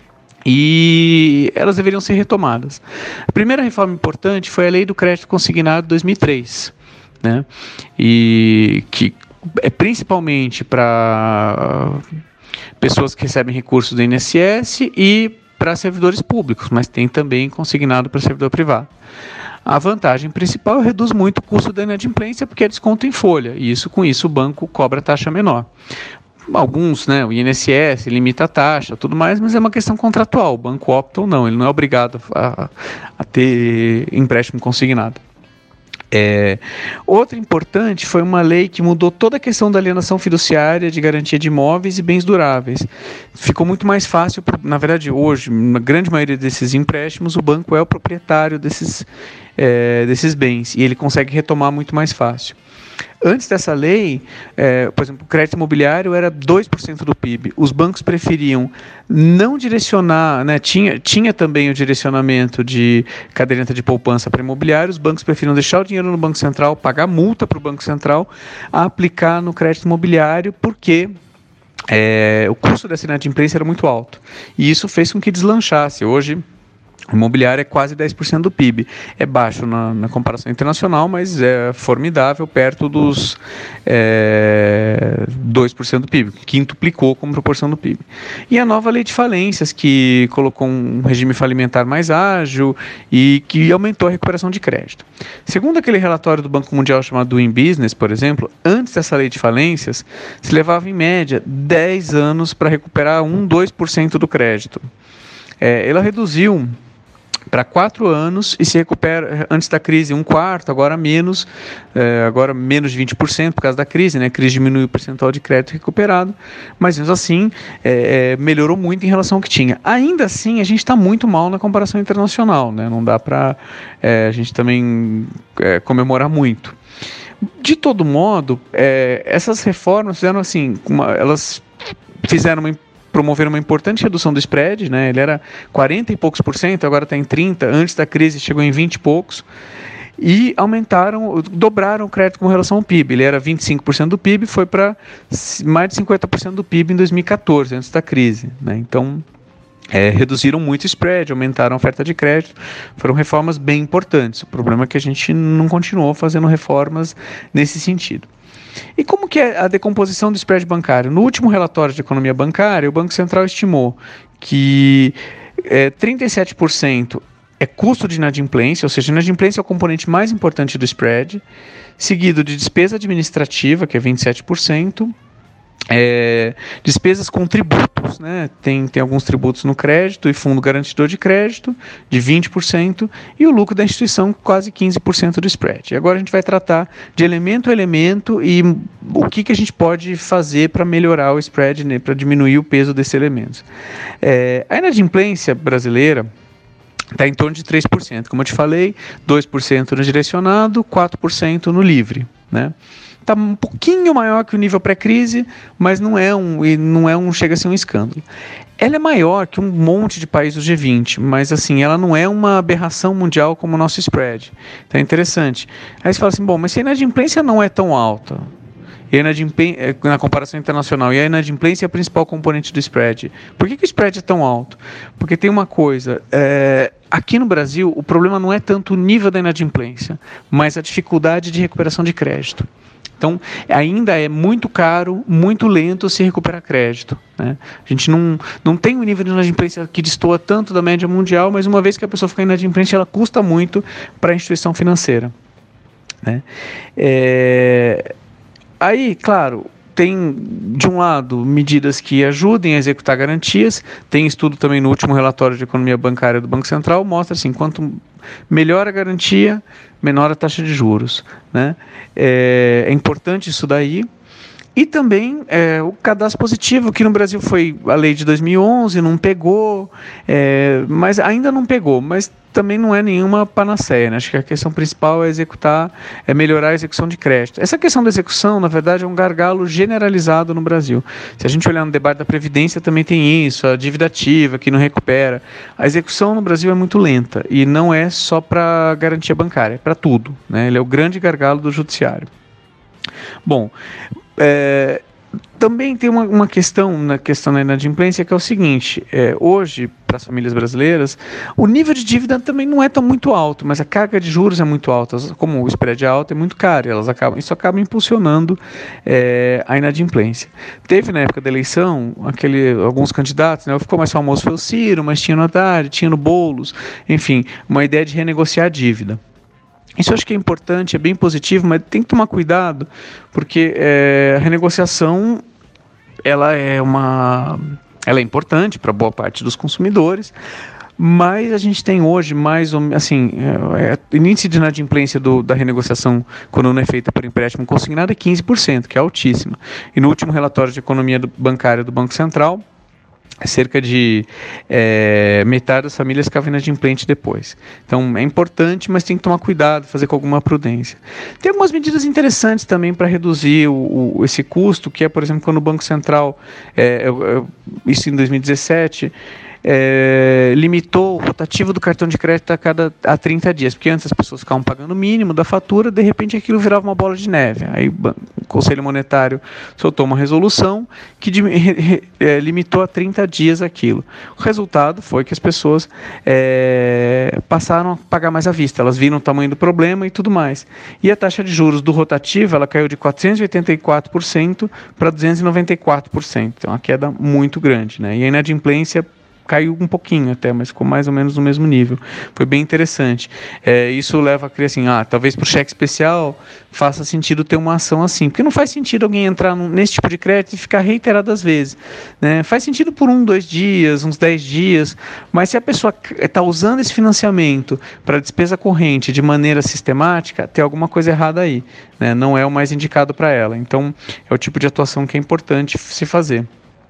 e elas deveriam ser retomadas. A primeira reforma importante foi a Lei do Crédito Consignado de 2003, né? E que é principalmente para pessoas que recebem recursos do INSS e para servidores públicos, mas tem também consignado para servidor privado. A vantagem principal reduz muito o custo da inadimplência porque é desconto em folha, e com isso o banco cobra taxa menor. Alguns, né, o INSS limita a taxa, tudo mais, mas é uma questão contratual, o banco opta ou não, ele não é obrigado a ter empréstimo consignado. Outra importante foi uma lei que mudou toda a questão da alienação fiduciária de garantia de imóveis e bens duráveis. Ficou muito mais fácil, na verdade hoje, na grande maioria desses empréstimos, o banco é o proprietário desses bens e ele consegue retomar muito mais fácil. Antes dessa lei, por exemplo, o crédito imobiliário era 2% do PIB. Os bancos preferiam não direcionar, né? Tinha também o direcionamento de caderneta de poupança para imobiliário. Os bancos preferiam deixar o dinheiro no Banco Central, pagar multa para o Banco Central, a aplicar no crédito imobiliário, porque o custo dessa inadimplência era muito alto. E isso fez com que deslanchasse. Hoje, o imobiliário é quase 10% do PIB. É baixo na comparação internacional, mas é formidável perto dos 2% do PIB, que quintuplicou como proporção do PIB. E a nova lei de falências, que colocou um regime falimentar mais ágil e que aumentou a recuperação de crédito. Segundo aquele relatório do Banco Mundial chamado Doing Business, por exemplo, antes dessa lei de falências, se levava em média 10 anos para recuperar 2% do crédito. Ela reduziu para 4 anos e se recupera, antes da crise, 1/4, agora menos de 20% por causa da crise, né? A crise diminuiu o percentual de crédito recuperado, mas mesmo assim melhorou muito em relação ao que tinha. Ainda assim, a gente está muito mal na comparação internacional, né? Não dá para a gente também comemorar muito. De todo modo, essas reformas fizeram assim, promoveram uma importante redução do spread, né? Ele era 40 e poucos %, agora está em 30%, antes da crise chegou em 20 e poucos, e dobraram o crédito com relação ao PIB. Ele era 25% do PIB, foi para mais de 50% do PIB em 2014, antes da crise, né? Então, reduziram muito o spread, aumentaram a oferta de crédito, foram reformas bem importantes. O problema é que a gente não continuou fazendo reformas nesse sentido. E como que é a decomposição do spread bancário? No último relatório de economia bancária, o Banco Central estimou que 37% é custo de inadimplência, ou seja, inadimplência é o componente mais importante do spread, seguido de despesa administrativa, que é 27%, despesas com tributos, né? Tem alguns tributos no crédito e fundo garantidor de crédito de 20% e o lucro da instituição quase 15% do spread. E agora a gente vai tratar de elemento a elemento e o que a gente pode fazer para melhorar o spread, né? Para diminuir o peso desses elementos. A inadimplência brasileira está em torno de 3%, como eu te falei, 2% no direcionado, 4% no livre, né? Está um pouquinho maior que o nível pré-crise, mas não chega a ser um escândalo. Ela é maior que um monte de países do G20, mas assim, ela não é uma aberração mundial como o nosso spread. Então é interessante. Aí você fala assim, bom, mas se a inadimplência não é tão alta, na comparação internacional, e a inadimplência é a principal componente do spread, por que o spread é tão alto? Porque tem uma coisa, aqui no Brasil, o problema não é tanto o nível da inadimplência, mas a dificuldade de recuperação de crédito. Então, ainda é muito caro, muito lento se recuperar crédito, né? A gente não tem um nível de inadimplência que destoa tanto da média mundial, mas uma vez que a pessoa fica inadimplente, ela custa muito para a instituição financeira, né? Aí, claro, tem, de um lado, medidas que ajudem a executar garantias. Tem estudo também no último relatório de economia bancária do Banco Central, mostra assim, quanto melhor a garantia, menor a taxa de juros, né? É importante isso daí. E também o cadastro positivo, que no Brasil foi a lei de 2011, não pegou, mas ainda não pegou, mas também não é nenhuma panaceia, né? Acho que a questão principal é melhorar a execução de crédito. Essa questão da execução, na verdade, é um gargalo generalizado no Brasil. Se a gente olhar no debate da Previdência, também tem isso, a dívida ativa que não recupera. A execução no Brasil é muito lenta, e não é só para garantia bancária, é para tudo, né? Ele é o grande gargalo do judiciário. Bom, também tem uma questão na questão da inadimplência, que é o seguinte, hoje, para as famílias brasileiras, o nível de dívida também não é tão muito alto, mas a carga de juros é muito alta, como o spread é alto, é muito caro, e isso acaba impulsionando a inadimplência. Teve na época da eleição, alguns candidatos, né, ficou mais famoso foi o Ciro, mas tinha no Haddad, tinha no Boulos, enfim, uma ideia de renegociar a dívida. Isso eu acho que é importante, é bem positivo, mas tem que tomar cuidado, porque a renegociação ela é importante para boa parte dos consumidores, mas a gente tem hoje mais ou menos, assim, o índice de inadimplência da renegociação, quando não é feita por empréstimo consignado, é 15%, que é altíssimo. E no último relatório de economia bancária do Banco Central, cerca de metade das famílias ficavam inadimplentes depois. Então é importante, mas tem que tomar cuidado, fazer com alguma prudência. Tem algumas medidas interessantes também para reduzir esse custo, que é, por exemplo, quando o Banco Central, isso em 2017, limitou o rotativo do cartão de crédito a 30 dias, porque antes as pessoas ficavam pagando o mínimo da fatura, de repente aquilo virava uma bola de neve. Aí o Conselho Monetário soltou uma resolução que limitou a 30 dias aquilo. O resultado foi que as pessoas passaram a pagar mais à vista, elas viram o tamanho do problema e tudo mais. E a taxa de juros do rotativo, ela caiu de 484% para 294%, então uma queda muito grande, né? E a inadimplência caiu um pouquinho até, mas ficou mais ou menos no mesmo nível. Foi bem interessante. Isso leva a crer assim, talvez para o cheque especial faça sentido ter uma ação assim, porque não faz sentido alguém entrar nesse tipo de crédito e ficar reiteradas vezes, né? Faz sentido por 2 dias, uns 10 dias, mas se a pessoa está usando esse financiamento para despesa corrente de maneira sistemática, tem alguma coisa errada aí, né? Não é o mais indicado para ela. Então, é o tipo de atuação que é importante se fazer.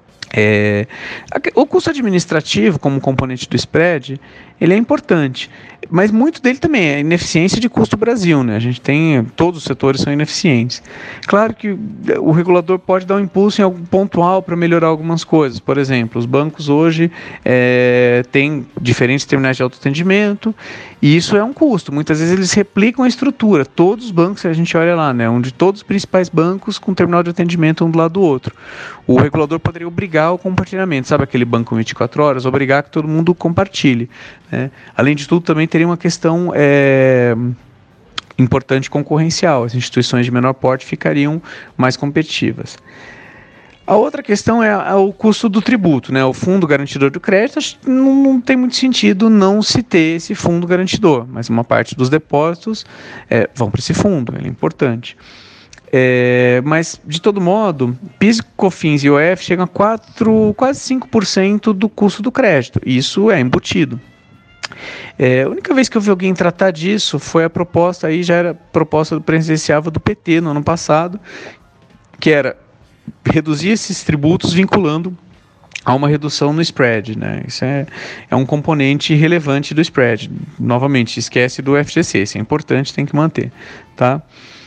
O custo administrativo, como componente do spread, ele é importante, mas muito dele também é ineficiência de custo Brasil, né? A gente tem, todos os setores são ineficientes. Claro que o regulador pode dar um impulso em algum pontual para melhorar algumas coisas. Por exemplo, os bancos hoje têm diferentes terminais de autoatendimento, e isso é um custo. Muitas vezes eles replicam a estrutura. Todos os bancos, a gente olha lá, né? Onde todos os principais bancos com terminal de atendimento um do lado do outro. O regulador poderia obrigar o compartilhamento, sabe aquele banco 24 horas? Obrigar que todo mundo compartilhe, né? Além de tudo, também teria uma questão importante concorrencial. As instituições de menor porte ficariam mais competitivas. A outra questão é o custo do tributo, né? O fundo garantidor do crédito, acho que não tem muito sentido não se ter esse fundo garantidor, mas uma parte dos depósitos vão para esse fundo, ele é importante. Mas, de todo modo, PIS, COFINS e IOF chegam a quase 5% do custo do crédito. Isso é embutido. A única vez que eu vi alguém tratar disso foi a proposta, aí já era proposta presidencial do PT no ano passado, que era reduzir esses tributos vinculando a uma redução no spread, né? Isso é um componente relevante do spread. Novamente, esquece do FGC, isso é importante, tem que manter, tá?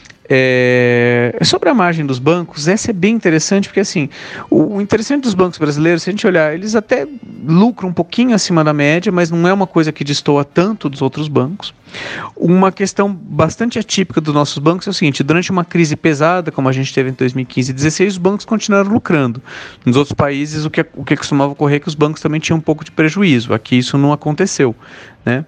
Sobre a margem dos bancos, essa é bem interessante, porque assim, o interessante dos bancos brasileiros, se a gente olhar, eles até lucram um pouquinho acima da média, mas não é uma coisa que destoa tanto dos outros bancos. Uma questão bastante atípica dos nossos bancos é o seguinte: durante uma crise pesada, como a gente teve em 2015 e 2016, os bancos continuaram lucrando. Nos outros países, o que costumava ocorrer é que os bancos também tinham um pouco de prejuízo. Aqui isso não aconteceu, né?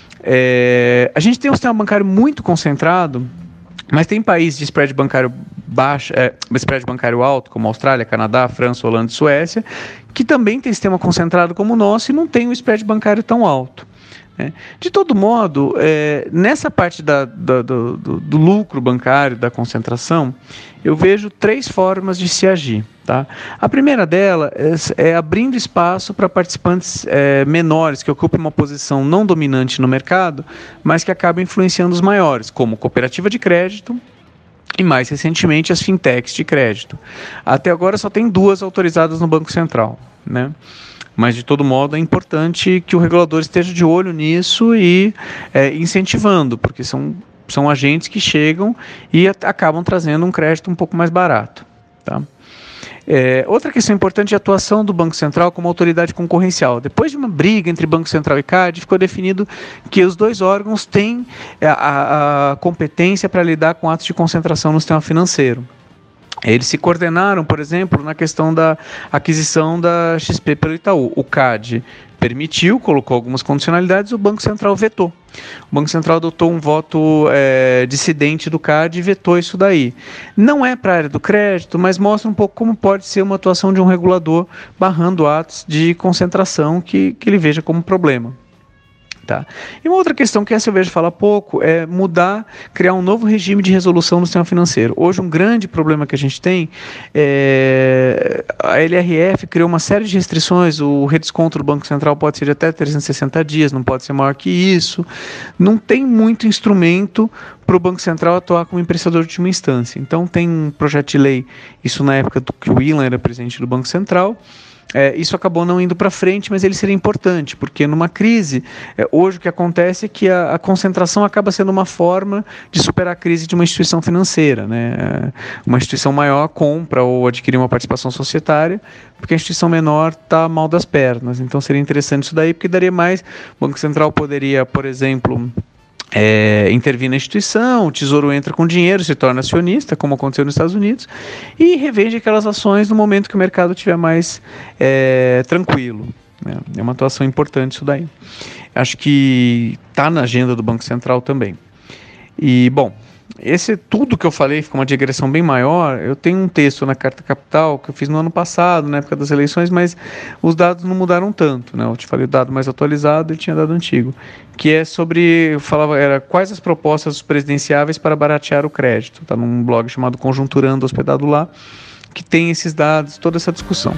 A gente tem um sistema bancário muito concentrado, mas tem países de spread bancário baixo, spread bancário alto, como Austrália, Canadá, França, Holanda e Suécia, que também tem sistema concentrado como o nosso e não tem um spread bancário tão alto. De todo modo, nessa parte do lucro bancário, da concentração, eu vejo 3 formas de se agir. Tá? A primeira dela é abrindo espaço para participantes menores, que ocupem uma posição não dominante no mercado, mas que acabam influenciando os maiores, como cooperativa de crédito e, mais recentemente, as fintechs de crédito. Até agora só tem 2 autorizadas no Banco Central, né? Mas, de todo modo, é importante que o regulador esteja de olho nisso e incentivando, porque são agentes que chegam e acabam trazendo um crédito um pouco mais barato. Tá? Outra questão importante é a atuação do Banco Central como autoridade concorrencial. Depois de uma briga entre Banco Central e CAD, ficou definido que os 2 órgãos têm a competência para lidar com atos de concentração no sistema financeiro. Eles se coordenaram, por exemplo, na questão da aquisição da XP pelo Itaú. O CAD permitiu, colocou algumas condicionalidades, o Banco Central vetou. O Banco Central adotou um voto dissidente do CAD e vetou isso daí. Não é para a área do crédito, mas mostra um pouco como pode ser uma atuação de um regulador barrando atos de concentração que ele veja como problema. Tá. E uma outra questão que essa eu vejo falar pouco é criar um novo regime de resolução no sistema financeiro. Hoje um grande problema que a gente tem a LRF criou uma série de restrições, o redesconto do Banco Central pode ser de até 360 dias, não pode ser maior que isso, não tem muito instrumento para o Banco Central atuar como emprestador de última instância. Então tem um projeto de lei, isso na época que o Ilan era presidente do Banco Central. Isso acabou não indo para frente, mas ele seria importante, porque numa crise, hoje o que acontece é que a concentração acaba sendo uma forma de superar a crise de uma instituição financeira, né? Uma instituição maior compra ou adquire uma participação societária, porque a instituição menor está mal das pernas. Então seria interessante isso daí, porque daria mais. O Banco Central poderia, por exemplo, intervir na instituição, o Tesouro entra com dinheiro, se torna acionista, como aconteceu nos Estados Unidos, e revende aquelas ações no momento que o mercado estiver mais tranquilo. É uma atuação importante isso daí. Acho que está na agenda do Banco Central também. E, bom, tudo que eu falei fica uma digressão bem maior. Eu tenho um texto na Carta Capital que eu fiz no ano passado, na época das eleições, mas os dados não mudaram tanto, né? Eu te falei o dado mais atualizado e tinha dado antigo, que é sobre, quais as propostas presidenciáveis para baratear o crédito. Está num blog chamado Conjunturando, hospedado lá, que tem esses dados, toda essa discussão.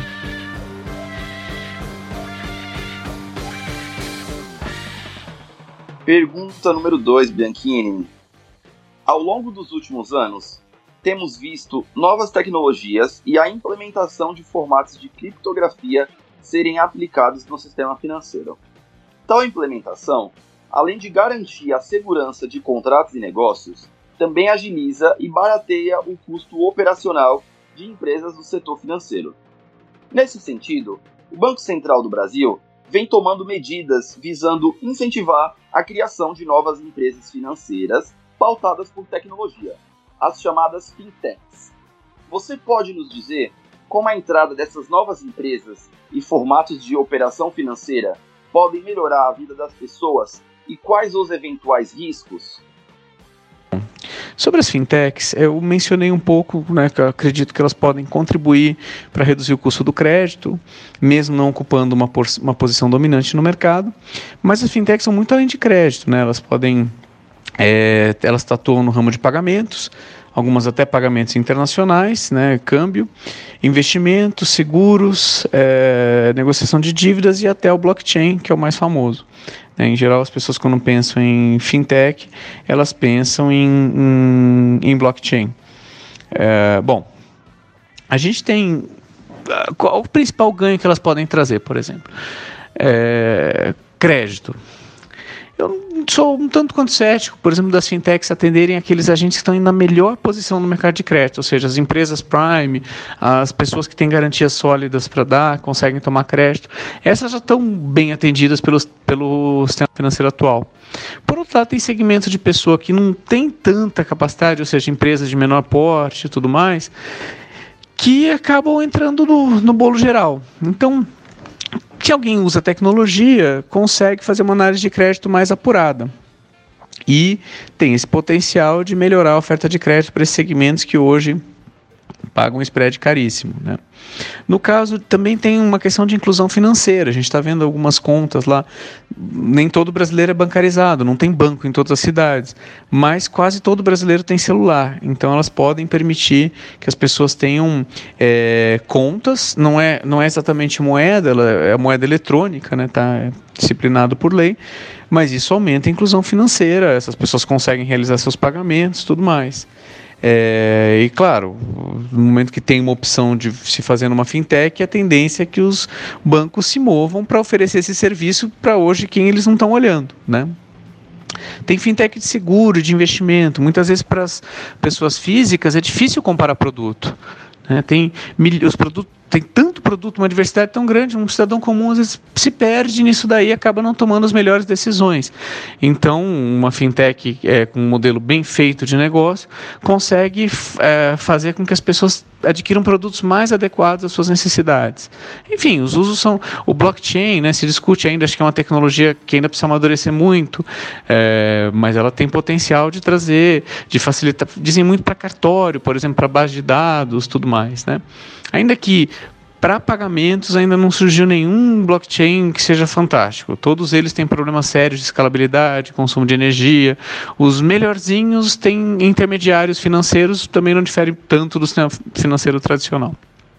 Pergunta número 2, Bianchini. Ao longo dos últimos anos, temos visto novas tecnologias e a implementação de formatos de criptografia serem aplicados no sistema financeiro. Tal implementação, além de garantir a segurança de contratos e negócios, também agiliza e barateia o custo operacional de empresas do setor financeiro. Nesse sentido, o Banco Central do Brasil vem tomando medidas visando incentivar a criação de novas empresas financeiras pautadas por tecnologia, as chamadas fintechs. Você pode nos dizer como a entrada dessas novas empresas e formatos de operação financeira podem melhorar a vida das pessoas e quais os eventuais riscos? Sobre as fintechs, eu mencionei um pouco, né, que eu acredito que elas podem contribuir para reduzir o custo do crédito, mesmo não ocupando uma posição dominante no mercado, mas as fintechs são muito além de crédito, né, elas podem, elas atuam no ramo de pagamentos, algumas até pagamentos internacionais, né, câmbio, investimentos, seguros, negociação de dívidas e até o blockchain, que é o mais famoso. Em geral, as pessoas quando pensam em fintech, elas pensam em blockchain. Bom, a gente tem... Qual o principal ganho que elas podem trazer, por exemplo? Crédito. Eu sou um tanto quanto cético, por exemplo, das fintechs atenderem aqueles agentes que estão na melhor posição no mercado de crédito, ou seja, as empresas prime, as pessoas que têm garantias sólidas para dar, conseguem tomar crédito. Essas já estão bem atendidas pelo sistema financeiro atual. Por outro lado, tem segmento de pessoa que não tem tanta capacidade, ou seja, empresas de menor porte e tudo mais, que acabam entrando no bolo geral. Então, se alguém usa tecnologia, consegue fazer uma análise de crédito mais apurada. E tem esse potencial de melhorar a oferta de crédito para esses segmentos que hoje pagam um spread caríssimo, né? No caso, também tem uma questão de inclusão financeira. A gente está vendo algumas contas lá. Nem todo brasileiro é bancarizado, não tem banco em todas as cidades, mas quase todo brasileiro tem celular. Então, elas podem permitir que as pessoas tenham contas. Não é exatamente moeda, ela é moeda eletrônica, né? Tá disciplinado por lei, mas isso aumenta a inclusão financeira. Essas pessoas conseguem realizar seus pagamentos, tudo mais. E claro, no momento que tem uma opção de se fazer numa fintech, a tendência é que os bancos se movam para oferecer esse serviço para hoje quem eles não estão olhando, né? Tem fintech de seguro, de investimento. Muitas vezes para as pessoas físicas é difícil comparar produto, né? Tem tanto produto, uma diversidade tão grande, um cidadão comum às vezes se perde nisso daí e acaba não tomando as melhores decisões. Então, uma fintech com um modelo bem feito de negócio consegue fazer com que as pessoas adquiram produtos mais adequados às suas necessidades. Enfim, os usos são... O blockchain, né, se discute ainda, acho que é uma tecnologia que ainda precisa amadurecer muito, mas ela tem potencial de trazer, de facilitar, dizem muito para cartório, por exemplo, para base de dados, tudo mais, né? Ainda que para pagamentos ainda não surgiu nenhum blockchain que seja fantástico. Todos eles têm problemas sérios de escalabilidade, consumo de energia. Os melhorzinhos têm intermediários financeiros, também não diferem tanto do sistema financeiro tradicional.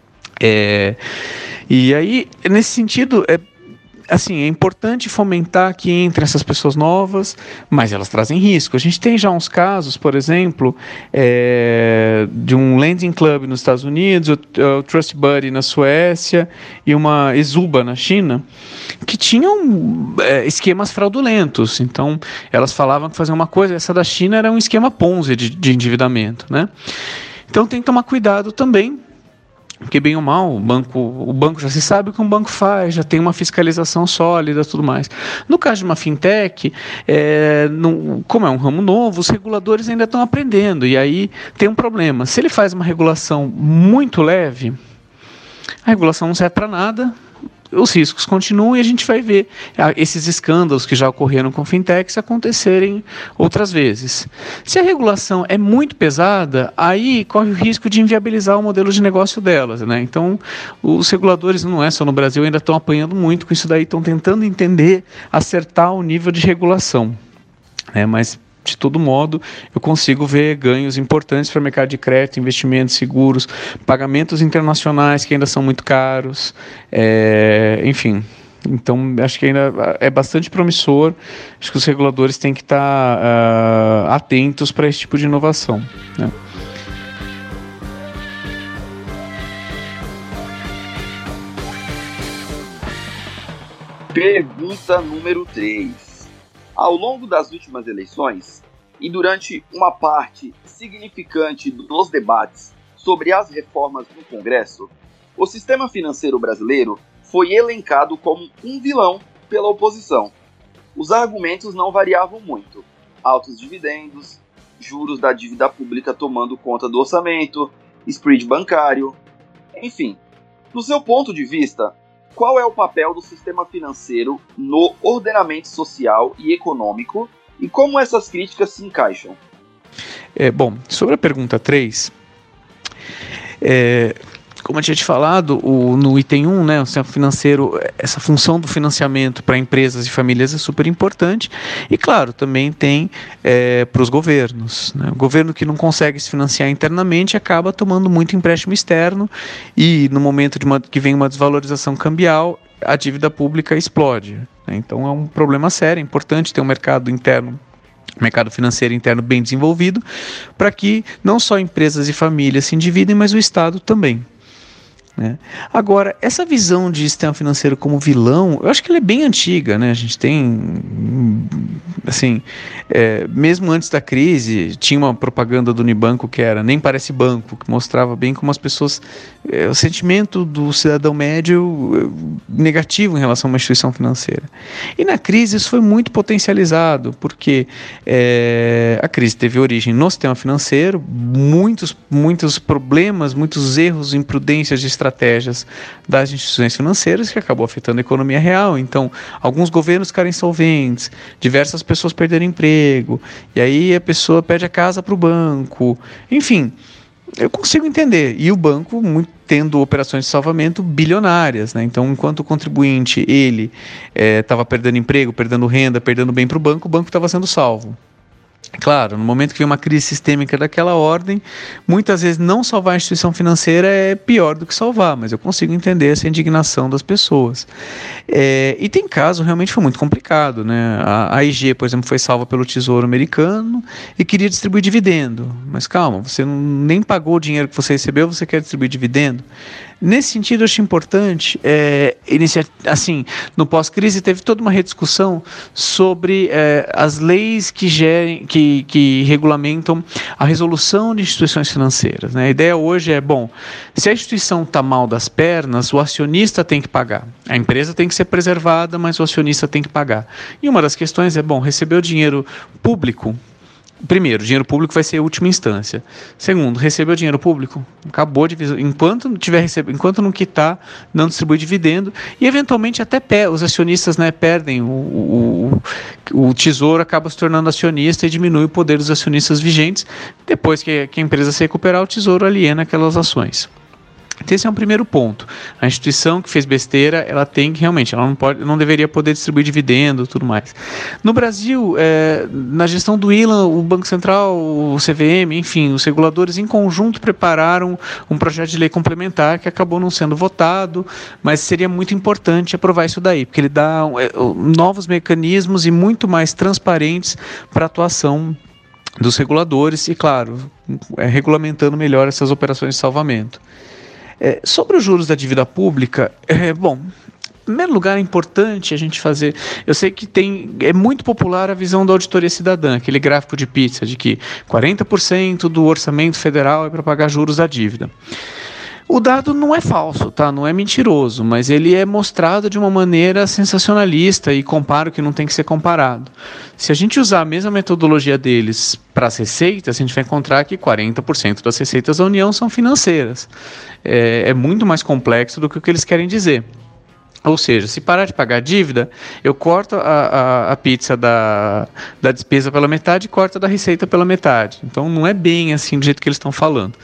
E aí, nesse sentido, é importante fomentar que entrem essas pessoas novas, mas elas trazem risco. A gente tem já uns casos, por exemplo, de um lending club nos Estados Unidos, o Trust Buddy na Suécia e uma Exuba na China, que tinham esquemas fraudulentos. Então, elas falavam que faziam uma coisa, essa da China era um esquema Ponzi de endividamento, né? Então, tem que tomar cuidado também, porque bem ou mal, o banco já se sabe o que um banco faz, já tem uma fiscalização sólida e tudo mais. No caso de uma fintech, como é um ramo novo, os reguladores ainda estão aprendendo, e aí tem um problema. Se ele faz uma regulação muito leve, a regulação não serve para nada, os riscos continuam e a gente vai ver esses escândalos que já ocorreram com fintechs acontecerem outras vezes. Se a regulação é muito pesada, aí corre o risco de inviabilizar o modelo de negócio delas, né? Então, os reguladores, não é só no Brasil, ainda estão apanhando muito com isso daí, estão tentando entender, acertar o nível de regulação, né? Mas de todo modo, eu consigo ver ganhos importantes para o mercado de crédito, investimentos, seguros, pagamentos internacionais que ainda são muito caros, enfim. Então, acho que ainda é bastante promissor. Acho que os reguladores têm que estar atentos para esse tipo de inovação, né? Pergunta número 3. Ao longo das últimas eleições e durante uma parte significante dos debates sobre as reformas no Congresso, o sistema financeiro brasileiro foi elencado como um vilão pela oposição. Os argumentos não variavam muito: altos dividendos, juros da dívida pública tomando conta do orçamento, spread bancário, enfim. Do seu ponto de vista, qual é o papel do sistema financeiro no ordenamento social e econômico e como essas críticas se encaixam? Bom, sobre a pergunta 3, como eu tinha te falado, no item 1, né, o sistema financeiro, essa função do financiamento para empresas e famílias é super importante. E, claro, também tem para os governos, né? O governo que não consegue se financiar internamente acaba tomando muito empréstimo externo e, no momento que vem uma desvalorização cambial, a dívida pública explode, né? Então, é um problema sério, é importante ter um mercado financeiro interno bem desenvolvido para que não só empresas e famílias se endividem, mas o Estado também, né? Agora, essa visão de sistema financeiro como vilão, eu acho que ela é bem antiga, né? A gente tem, assim, mesmo antes da crise, tinha uma propaganda do Unibanco que era "nem parece banco", que mostrava bem como as pessoas, o sentimento do cidadão médio negativo em relação a uma instituição financeira. E na crise isso foi muito potencializado, porque a crise teve origem no sistema financeiro, muitos problemas, muitos erros, imprudências de estratégias das instituições financeiras que acabou afetando a economia real. Então, alguns governos ficaram insolventes, diversas pessoas perderam emprego, e aí a pessoa perde a casa para o banco. Enfim, eu consigo entender. E o banco tendo operações de salvamento bilionárias, né? Então, enquanto o contribuinte ele estava perdendo emprego, perdendo renda, perdendo bem para o banco estava sendo salvo. Claro, no momento que vem uma crise sistêmica daquela ordem, muitas vezes não salvar a instituição financeira é pior do que salvar, mas eu consigo entender essa indignação das pessoas. E tem caso realmente foi muito complicado, né? A AIG, por exemplo, foi salva pelo Tesouro Americano e queria distribuir dividendo, mas calma, você nem pagou o dinheiro que você recebeu, você quer distribuir dividendo? Nesse sentido, eu acho importante, assim, no pós-crise teve toda uma rediscussão sobre as leis que regulamentam a resolução de instituições financeiras, né? A ideia hoje se a instituição está mal das pernas, o acionista tem que pagar. A empresa tem que ser preservada, mas o acionista tem que pagar. E uma das questões receber o dinheiro público. Primeiro, o dinheiro público vai ser a última instância. Segundo, receber o dinheiro público, acabou de enquanto não quitar, não distribui dividendo, e eventualmente até os acionistas, né, perdem, o tesouro acaba se tornando acionista e diminui o poder dos acionistas vigentes. Depois que a empresa se recuperar, o tesouro aliena aquelas ações. Então, esse é um primeiro ponto. A instituição que fez besteira, ela tem que realmente, ela não deveria poder distribuir dividendo e tudo mais. No Brasil, na gestão do ILAN, o Banco Central, o CVM, enfim, os reguladores em conjunto prepararam um projeto de lei complementar que acabou não sendo votado, mas seria muito importante aprovar isso daí, porque ele dá novos mecanismos e muito mais transparentes para a atuação dos reguladores e, claro, regulamentando melhor essas operações de salvamento. Sobre os juros da dívida pública, em primeiro lugar é importante a gente fazer, eu sei que é muito popular a visão da auditoria cidadã, aquele gráfico de pizza de que 40% do orçamento federal é para pagar juros da dívida. O dado não é falso, tá? Não é mentiroso, mas ele é mostrado de uma maneira sensacionalista e compara o que não tem que ser comparado. Se a gente usar a mesma metodologia deles para as receitas, a gente vai encontrar que 40% das receitas da União são financeiras. É muito mais complexo do que o que eles querem dizer. Ou seja, se parar de pagar a dívida, eu corto a pizza da despesa pela metade e corto da receita pela metade. Então não é bem assim do jeito que eles estão falando.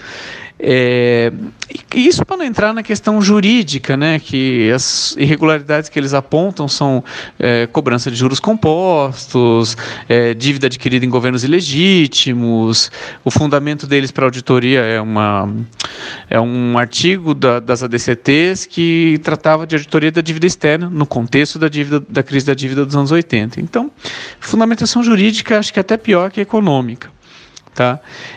Isso para não entrar na questão jurídica, né, que as irregularidades que eles apontam são cobrança de juros compostos, dívida adquirida em governos ilegítimos. O fundamento deles para a auditoria é um artigo das ADCTs que tratava de auditoria da dívida externa no contexto da crise da dívida dos anos 80. Então, fundamentação jurídica acho que é até pior que econômica, tá?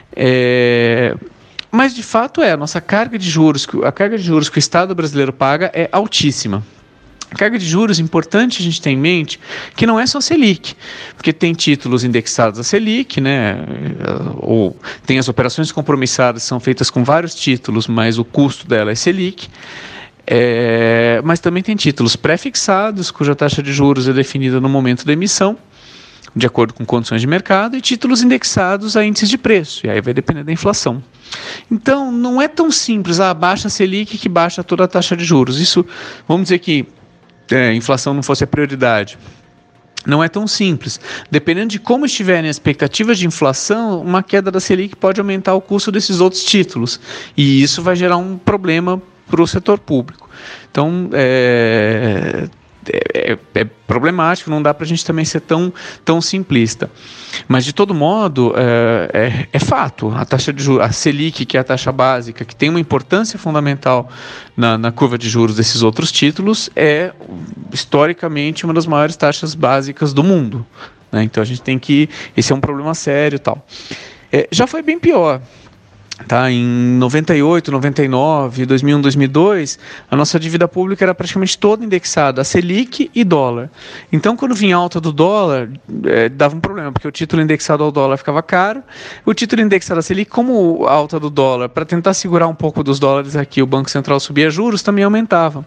Mas, de fato, a nossa carga de juros, a carga de juros que o Estado brasileiro paga é altíssima. A carga de juros, importante a gente ter em mente que não é só Selic, porque tem títulos indexados a Selic, né? Ou tem as operações compromissadas, são feitas com vários títulos, mas o custo dela é Selic. Mas também tem títulos pré-fixados, cuja taxa de juros é definida no momento da emissão, de acordo com condições de mercado, e títulos indexados a índices de preço, e aí vai depender da inflação. Então, não é tão simples, baixa a Selic que baixa toda a taxa de juros. Isso, vamos dizer que a inflação não fosse a prioridade. não é tão simples. Dependendo de como estiverem as expectativas de inflação, uma queda da Selic pode aumentar o custo desses outros títulos. E isso vai gerar um problema para o setor público. Então, é problemático, não dá para a gente também ser tão simplista. Mas, de todo modo, é fato. A taxa de juros, a Selic, que é a taxa básica, que tem uma importância fundamental na curva de juros desses outros títulos, é, historicamente, uma das maiores taxas básicas do mundo. Né? Então, a gente tem que... Esse é um problema sério e tal. Já foi bem pior. Tá, em 98, 99, 2001, 2002, a nossa dívida pública era praticamente toda indexada a Selic e dólar. Então, quando vinha alta do dólar, dava um problema, porque o título indexado ao dólar ficava caro. O título indexado a Selic, como a alta do dólar, para tentar segurar um pouco dos dólares aqui, o Banco Central subia juros, também aumentava.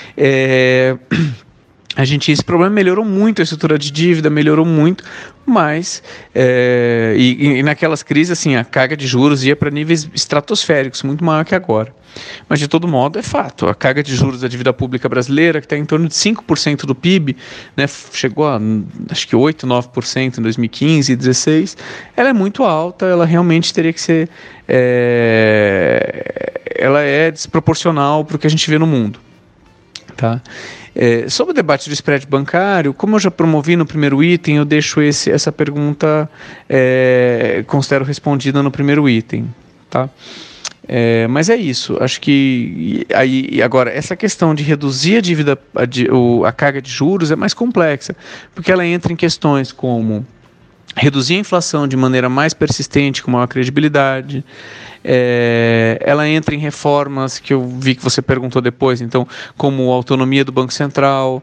Esse problema melhorou muito, a estrutura de dívida melhorou muito, mas e naquelas crises, assim, a carga de juros ia para níveis estratosféricos, muito maior que agora. Mas, de todo modo, é fato, a carga de juros da dívida pública brasileira, que está em torno de 5% do PIB, né, chegou a, acho que 8%, 9% em 2015 e 2016, ela é muito alta, ela realmente teria que ser... ela é desproporcional para o que a gente vê no mundo. Tá? Sobre o debate do spread bancário, como eu já promovi no primeiro item, eu deixo essa pergunta, considero respondida no primeiro item. Tá? Mas é isso, acho que agora, essa questão de reduzir a dívida, a carga de juros é mais complexa, porque ela entra em questões como reduzir a inflação de maneira mais persistente, com maior credibilidade. Ela entra em reformas que eu vi que você perguntou depois, então, como a autonomia do Banco Central,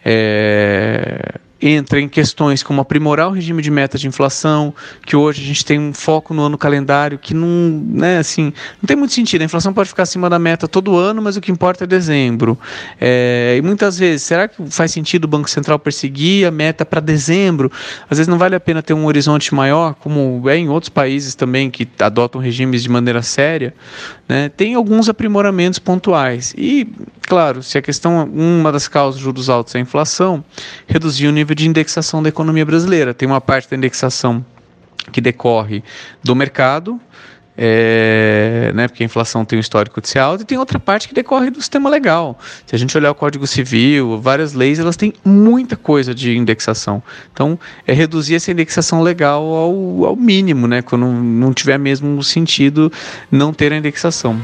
entra em questões como aprimorar o regime de meta de inflação, que hoje a gente tem um foco no ano calendário que não, né, assim, não tem muito sentido. A inflação pode ficar acima da meta todo ano, mas o que importa é dezembro. E muitas vezes, será que faz sentido o Banco Central perseguir a meta para dezembro? Às vezes não vale a pena ter um horizonte maior, como é em outros países também que adotam regimes de maneira séria, né? Tem alguns aprimoramentos pontuais. E, claro, se a questão, uma das causas dos juros altos é a inflação, reduzir o nível de indexação da economia brasileira. Tem uma parte da indexação que decorre do mercado, né, porque a inflação tem um histórico de ser alta, e tem outra parte que decorre do sistema legal. Se a gente olhar o Código Civil, várias leis, elas têm muita coisa de indexação. Então, reduzir essa indexação legal ao mínimo, né, quando não tiver mesmo sentido não ter a indexação.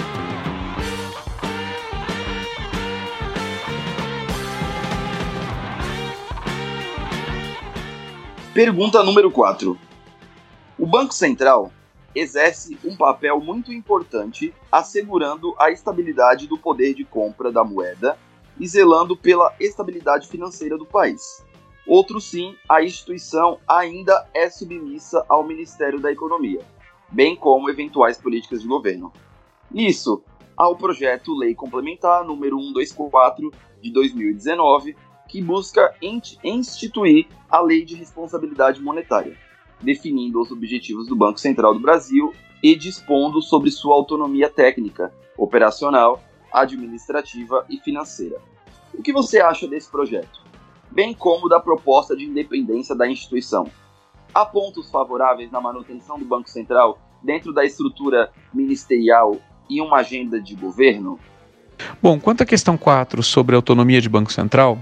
Pergunta número 4. O Banco Central exerce um papel muito importante assegurando a estabilidade do poder de compra da moeda e zelando pela estabilidade financeira do país. Outro sim, a instituição ainda é submissa ao Ministério da Economia, bem como eventuais políticas de governo. Nisso, há o projeto Lei Complementar número 124 de 2019, que busca instituir a Lei de Responsabilidade Monetária, definindo os objetivos do Banco Central do Brasil e dispondo sobre sua autonomia técnica, operacional, administrativa e financeira. O que você acha desse projeto? Bem como da proposta de independência da instituição. Há pontos favoráveis na manutenção do Banco Central dentro da estrutura ministerial e uma agenda de governo? Bom, quanto à questão 4 sobre a autonomia de Banco Central,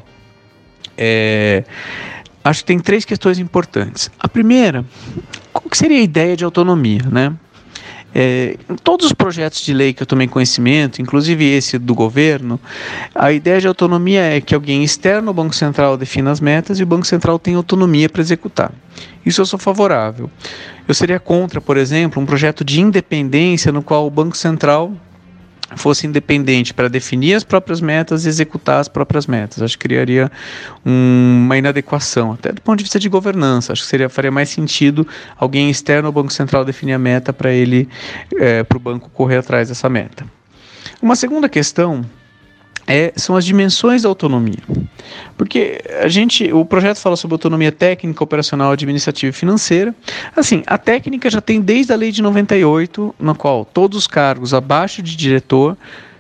acho que tem 3 questões importantes. A primeira, qual que seria a ideia de autonomia, né? Em todos os projetos de lei que eu tomei conhecimento, inclusive esse do governo, a ideia de autonomia é que alguém externo ao Banco Central defina as metas e o Banco Central tem autonomia para executar. Isso eu sou favorável. Eu seria contra, por exemplo, um projeto de independência no qual o Banco Central fosse independente para definir as próprias metas e executar as próprias metas. Acho que criaria uma inadequação, até do ponto de vista de governança. Acho que faria mais sentido alguém externo ao Banco Central definir a meta para o banco correr atrás dessa meta. Uma segunda questão são as dimensões da autonomia. Porque o projeto fala sobre autonomia técnica, operacional, administrativa e financeira. Assim, a técnica já tem desde a lei de 98, na qual todos os cargos abaixo de diretor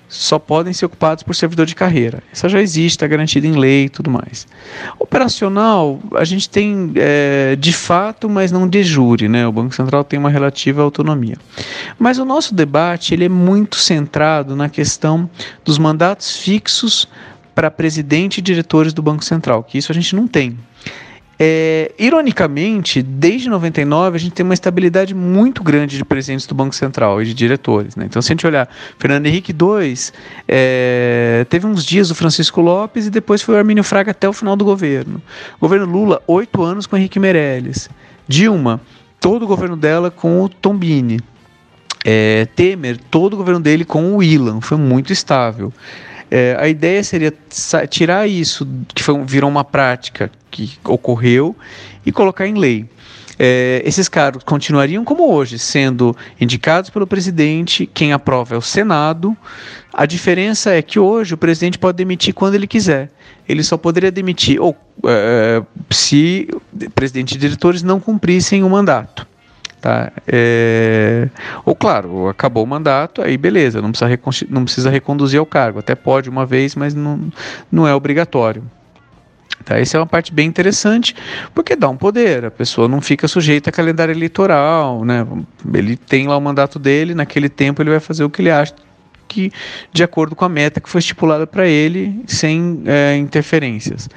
só podem ser ocupados por servidor de carreira. Isso já existe, está garantido em lei e tudo mais. Operacional, a gente tem de fato, mas não de jure, né? O Banco Central tem uma relativa autonomia. Mas o nosso debate ele é muito centrado na questão dos mandatos fixos para presidente e diretores do Banco Central, que isso a gente não tem. Ironicamente, desde 99 a gente tem uma estabilidade muito grande de presidentes do Banco Central e de diretores, né? Então, se a gente olhar, Fernando Henrique II, teve uns dias do Francisco Lopes e depois foi o Armínio Fraga até o final do governo. Governo Lula, 8 anos com Henrique Meirelles. Dilma, todo o governo dela com o Tombini. Temer, todo o governo dele com o Ilan, foi muito estável. A ideia seria tirar isso, que virou uma prática que ocorreu, e colocar em lei. Esses cargos continuariam como hoje, sendo indicados pelo presidente, quem aprova é o Senado. A diferença é que hoje o presidente pode demitir quando ele quiser. Ele só poderia demitir se presidente e diretores não cumprissem o mandato. Tá? Ou claro, acabou o mandato, aí beleza, não precisa reconduzir ao cargo, até pode uma vez, mas não é obrigatório. Tá? Essa é uma parte bem interessante, porque dá um poder, a pessoa não fica sujeita a calendário eleitoral, né? Ele tem lá o mandato dele, naquele tempo ele vai fazer o que ele acha que, de acordo com a meta que foi estipulada para ele, sem interferências.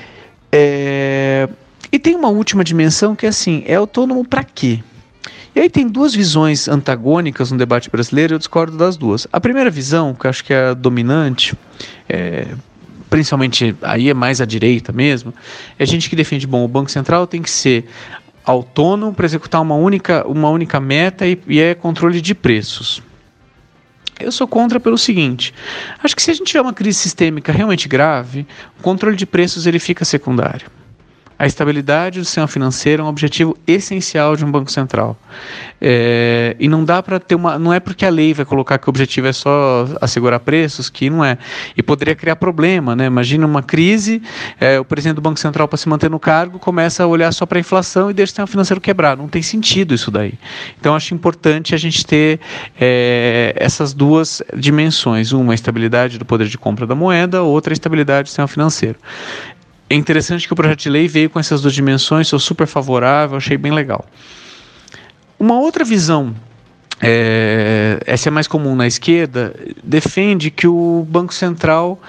E tem uma última dimensão que é assim, é autônomo para quê? E aí tem duas visões antagônicas no debate brasileiro, eu discordo das duas. A primeira visão, que eu acho que é a dominante, principalmente aí é mais à direita mesmo, é gente que defende, o Banco Central tem que ser autônomo para executar uma única meta e é controle de preços. Eu sou contra pelo seguinte, acho que se a gente tiver uma crise sistêmica realmente grave, o controle de preços ele fica secundário. A estabilidade do sistema financeiro é um objetivo essencial de um banco central. E não dá para ter não é porque a lei vai colocar que o objetivo é só assegurar preços, que não é. E poderia criar problema, né? Imagina uma crise, o presidente do Banco Central, para se manter no cargo, começa a olhar só para a inflação e deixa o sistema financeiro quebrar. Não tem sentido isso daí. Então, acho importante a gente ter essas duas dimensões. Uma, a estabilidade do poder de compra da moeda, outra, a estabilidade do sistema financeiro. É interessante que o projeto de lei veio com essas duas dimensões, sou super favorável, achei bem legal. Uma outra visão, essa é mais comum na esquerda, defende que o Banco Central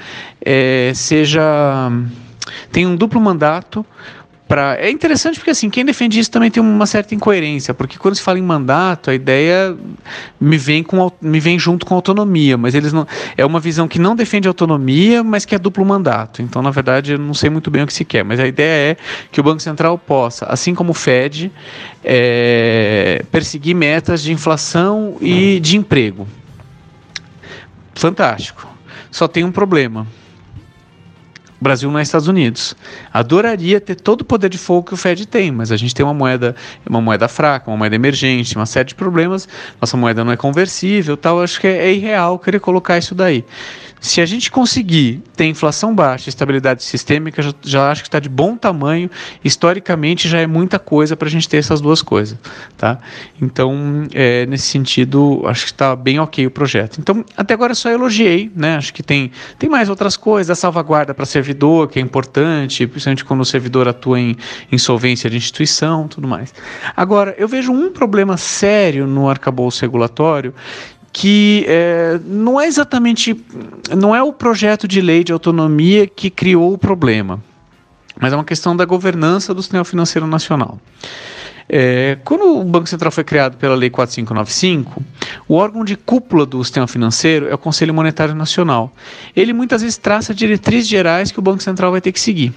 tem um duplo mandato. É interessante porque assim, quem defende isso também tem uma certa incoerência, porque quando se fala em mandato, a ideia me vem junto com autonomia, mas eles não, é uma visão que não defende autonomia, mas que é duplo mandato. Então, na verdade, eu não sei muito bem o que se quer, mas a ideia é que o Banco Central possa, assim como o Fed, perseguir metas de inflação e de emprego. Fantástico. Só tem um problema. O Brasil não é Estados Unidos. Adoraria ter todo o poder de fogo que o Fed tem, mas a gente tem uma moeda fraca, uma moeda emergente, uma série de problemas. Nossa moeda não é conversível, tal. Acho que é irreal querer colocar isso daí. Se a gente conseguir ter inflação baixa, estabilidade sistêmica, já acho que está de bom tamanho. Historicamente, já é muita coisa para a gente ter essas duas coisas. Tá? Então, nesse sentido, acho que está bem ok o projeto. Então, até agora só elogiei, né? Acho que tem mais outras coisas. A salvaguarda para servidor, que é importante, principalmente quando o servidor atua em insolvência de instituição, tudo mais. Agora, eu vejo um problema sério no arcabouço regulatório, que não é o projeto de lei de autonomia que criou o problema, mas é uma questão da governança do sistema financeiro nacional. Quando o Banco Central foi criado pela Lei 4595, o órgão de cúpula do sistema financeiro é o Conselho Monetário Nacional. Ele muitas vezes traça diretrizes gerais que o Banco Central vai ter que seguir.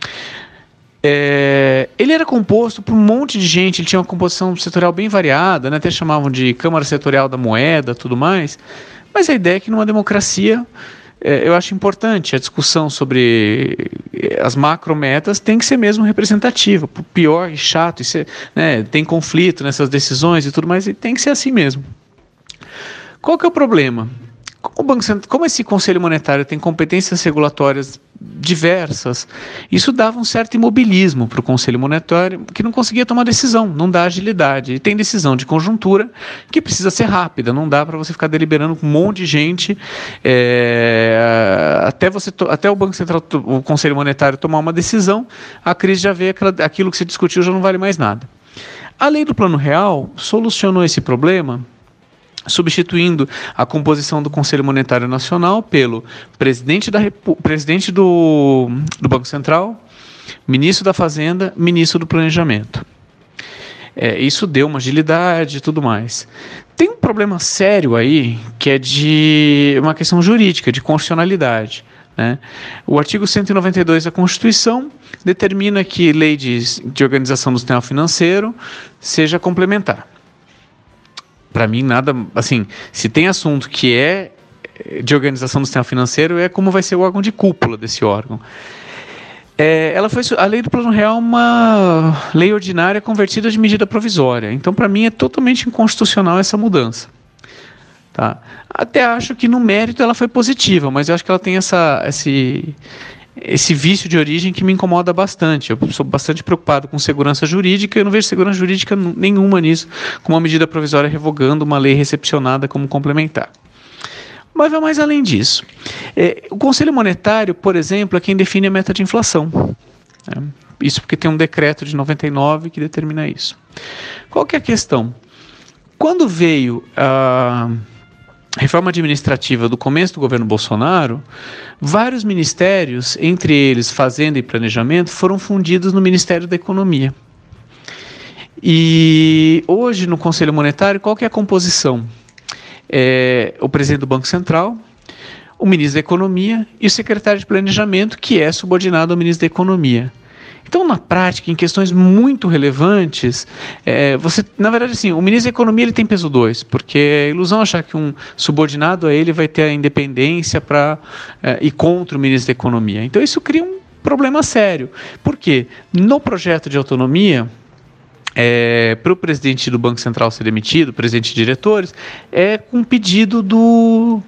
Ele era composto por um monte de gente, ele tinha uma composição setorial bem variada, né? Até chamavam de Câmara Setorial da Moeda, tudo mais, mas a ideia é que numa democracia, eu acho importante a discussão sobre as macrometas tem que ser mesmo representativa, por pior e chato, né? Tem conflito nessas decisões e tudo mais, e tem que ser assim mesmo. Qual que é o problema? como esse Conselho Monetário tem competências regulatórias diversas, isso dava um certo imobilismo para o Conselho Monetário, que não conseguia tomar decisão, não dá agilidade. E tem decisão de conjuntura que precisa ser rápida, não dá para você ficar deliberando com um monte de gente, até o Banco Central, o Conselho Monetário tomar uma decisão, a crise já vê aquilo que se discutiu já não vale mais nada. A lei do Plano Real solucionou esse problema, substituindo a composição do Conselho Monetário Nacional pelo presidente do Banco Central, ministro da Fazenda, ministro do Planejamento. Isso deu uma agilidade e tudo mais. Tem um problema sério aí, que é de uma questão jurídica, de constitucionalidade, né? O artigo 192 da Constituição determina que lei de organização do sistema financeiro seja complementar. Para mim, nada, assim, se tem assunto que é de organização do sistema financeiro, é como vai ser o órgão de cúpula desse órgão. A lei do Plano Real é uma lei ordinária convertida de medida provisória. Então, para mim, é totalmente inconstitucional essa mudança. Tá? Até acho que, no mérito, ela foi positiva, mas eu acho que ela tem esse vício de origem que me incomoda bastante. Eu sou bastante preocupado com segurança jurídica, eu não vejo segurança jurídica nenhuma nisso, com uma medida provisória revogando uma lei recepcionada como complementar. Mas vai mais além disso. O Conselho Monetário, por exemplo, é quem define a meta de inflação. Isso porque tem um decreto de 99 que determina isso. Qual que é a questão? Quando veio a reforma administrativa do começo do governo Bolsonaro, vários ministérios, entre eles Fazenda e Planejamento, foram fundidos no Ministério da Economia. E hoje, no Conselho Monetário, qual que é a composição? O presidente do Banco Central, o ministro da Economia e o secretário de Planejamento, que é subordinado ao ministro da Economia. Então, na prática, em questões muito relevantes, na verdade, assim, o ministro da Economia ele tem peso 2, porque é ilusão achar que um subordinado a ele vai ter a independência para ir contra o ministro da Economia. Então, isso cria um problema sério. Por quê? No projeto de autonomia, para o presidente do Banco Central ser demitido, presidente de diretores, é com pedido do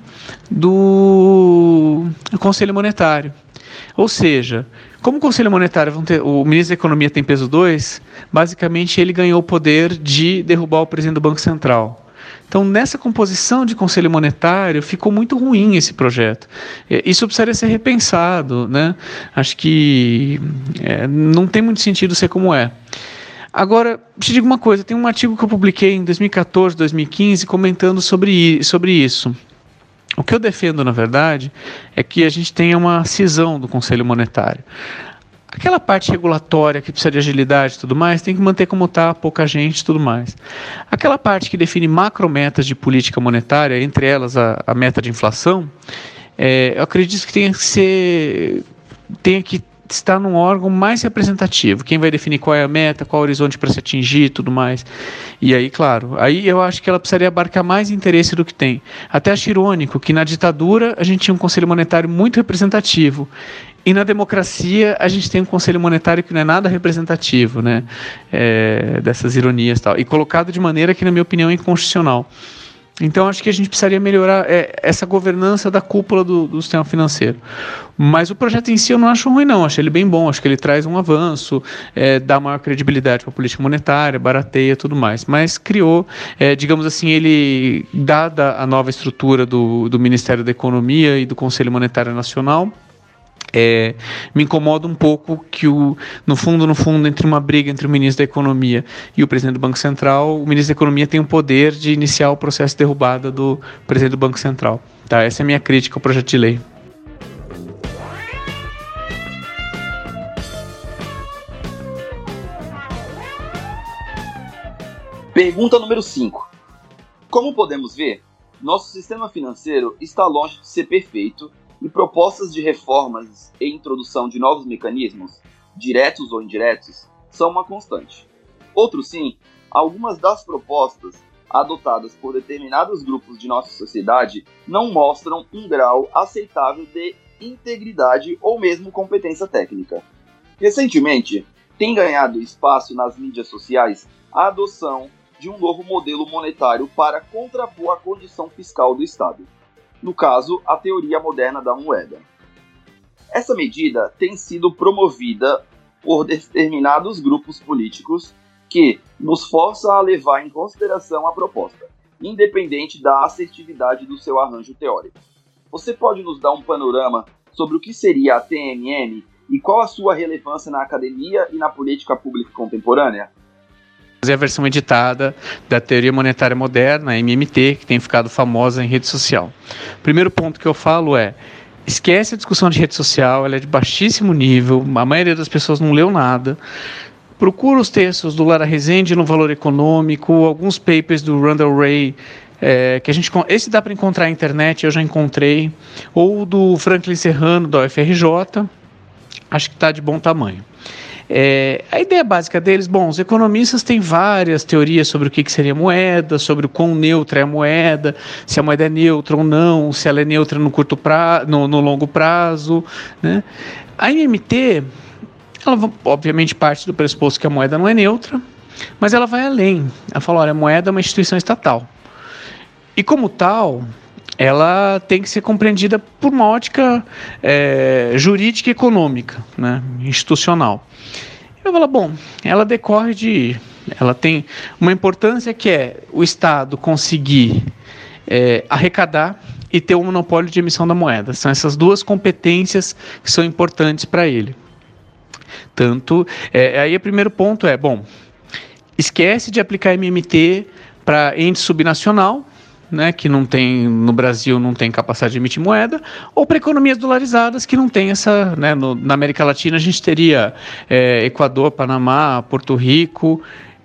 Conselho Monetário. Ou seja, como o Conselho Monetário o ministro da Economia tem peso 2, basicamente ele ganhou o poder de derrubar o presidente do Banco Central. Então, nessa composição de Conselho Monetário, ficou muito ruim esse projeto. Isso precisaria ser repensado, né? Acho que não tem muito sentido ser como é. Agora, te digo uma coisa, tem um artigo que eu publiquei em 2014, 2015, comentando sobre isso. O que eu defendo, na verdade, é que a gente tenha uma cisão do Conselho Monetário. Aquela parte regulatória que precisa de agilidade e tudo mais, tem que manter como está, pouca gente e tudo mais. Aquela parte que define macrometas de política monetária, entre elas a meta de inflação, eu acredito que tenha que estar num órgão mais representativo. Quem vai definir qual é a meta, qual é o horizonte para se atingir e tudo mais. E aí, claro, aí eu acho que ela precisaria abarcar mais interesse do que tem. Até acho irônico que na ditadura a gente tinha um Conselho Monetário muito representativo e na democracia a gente tem um Conselho Monetário que não é nada representativo, né? Dessas ironias e tal. E colocado de maneira que, na minha opinião, é inconstitucional. Então, acho que a gente precisaria melhorar essa governança da cúpula do sistema financeiro. Mas o projeto em si eu não acho ruim, não. Acho ele bem bom. Acho que ele traz um avanço, dá maior credibilidade para a política monetária, barateia e tudo mais. Mas criou, digamos assim, ele, dada a nova estrutura do Ministério da Economia e do Conselho Monetário Nacional, me incomoda um pouco que no fundo, entre uma briga entre o ministro da Economia e o presidente do Banco Central, o ministro da Economia tem o poder de iniciar o processo de derrubada do presidente do Banco Central. Tá? Essa é a minha crítica ao projeto de lei. Pergunta número 5. Como podemos ver, nosso sistema financeiro está longe de ser perfeito e propostas de reformas e introdução de novos mecanismos, diretos ou indiretos, são uma constante. Outro sim, algumas das propostas adotadas por determinados grupos de nossa sociedade não mostram um grau aceitável de integridade ou mesmo competência técnica. Recentemente, tem ganhado espaço nas mídias sociais a adoção de um novo modelo monetário para contrapor a condição fiscal do Estado. no caso, a teoria moderna da moeda. Essa medida tem sido promovida por determinados grupos políticos que nos forçam a levar em consideração a proposta, independente da assertividade do seu arranjo teórico. Você pode nos dar um panorama sobre o que seria a TMM e qual a sua relevância na academia e na política pública contemporânea? É a versão editada da Teoria Monetária Moderna, a MMT, que tem ficado famosa em rede social. O primeiro ponto que eu falo é: esquece a discussão de rede social, ela é de baixíssimo nível, a maioria das pessoas não leu nada. Procura os textos do Lara Rezende no Valor Econômico, alguns papers do Randall Wray, esse dá para encontrar na internet, eu já encontrei, ou do Franklin Serrano, da UFRJ, acho que está de bom tamanho. A ideia básica deles, os economistas têm várias teorias sobre o que seria moeda, sobre o quão neutra é a moeda, se a moeda é neutra ou não, se ela é neutra no curto prazo, no longo prazo, né? A MMT, ela obviamente parte do pressuposto que a moeda não é neutra, mas ela vai além. Ela fala, olha, a moeda é uma instituição estatal. E como tal, ela tem que ser compreendida por uma ótica jurídica e econômica, né, institucional. Eu falo, ela decorre ela tem uma importância que é o Estado conseguir arrecadar e ter um monopólio de emissão da moeda. São essas duas competências que são importantes para ele. Aí o primeiro ponto é, esquece de aplicar MMT para ente subnacional, né, que não tem, no Brasil não tem capacidade de emitir moeda, ou para economias dolarizadas que não tem essa, né, na América Latina a gente teria Equador, Panamá, Porto Rico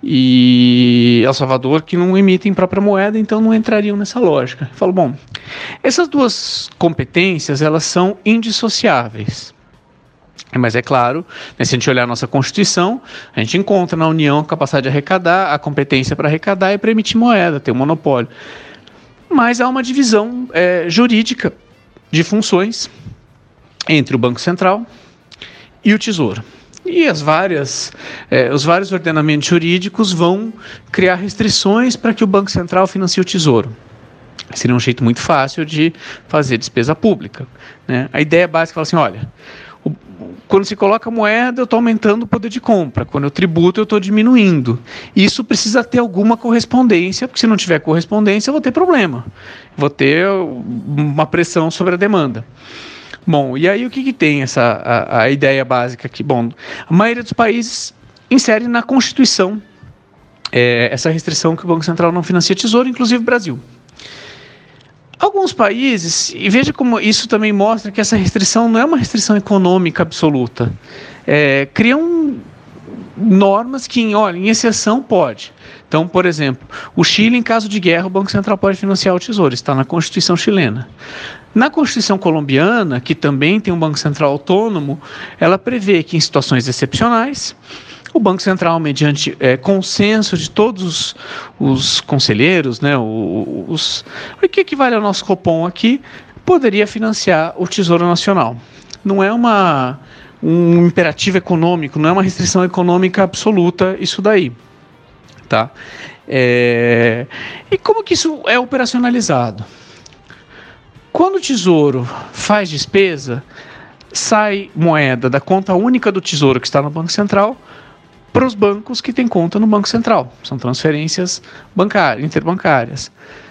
e El Salvador que não emitem própria moeda, então não entrariam nessa lógica. Eu falo, essas duas competências, elas são indissociáveis. Mas é claro, né, se a gente olhar a nossa Constituição, a gente encontra na União a capacidade de arrecadar, a competência para arrecadar e para emitir moeda, tem um monopólio. Mas há uma divisão jurídica de funções entre o Banco Central e o Tesouro. E os vários ordenamentos jurídicos vão criar restrições para que o Banco Central financie o Tesouro. Seria um jeito muito fácil de fazer despesa pública, né? A ideia básica é assim, olha, quando se coloca moeda, eu estou aumentando o poder de compra. Quando eu tributo, eu estou diminuindo. Isso precisa ter alguma correspondência, porque se não tiver correspondência, eu vou ter problema. Vou ter uma pressão sobre a demanda. E aí o que tem a ideia básica aqui? A maioria dos países insere na Constituição essa restrição que o Banco Central não financia Tesouro, inclusive o Brasil. Alguns países, e veja como isso também mostra que essa restrição não é uma restrição econômica absoluta, criam normas que, em exceção, pode. Então, por exemplo, o Chile, em caso de guerra, o Banco Central pode financiar o Tesouro, está na Constituição chilena. Na Constituição colombiana, que também tem um Banco Central autônomo, ela prevê que em situações excepcionais, o Banco Central, mediante consenso de todos os conselheiros, né, o que equivale ao nosso Copom aqui, poderia financiar o Tesouro Nacional. Não é um imperativo econômico, não é uma restrição econômica absoluta isso daí. Tá? E como que isso é operacionalizado? Quando o Tesouro faz despesa, sai moeda da conta única do Tesouro que está no Banco Central para os bancos que têm conta no Banco Central. São transferências interbancárias.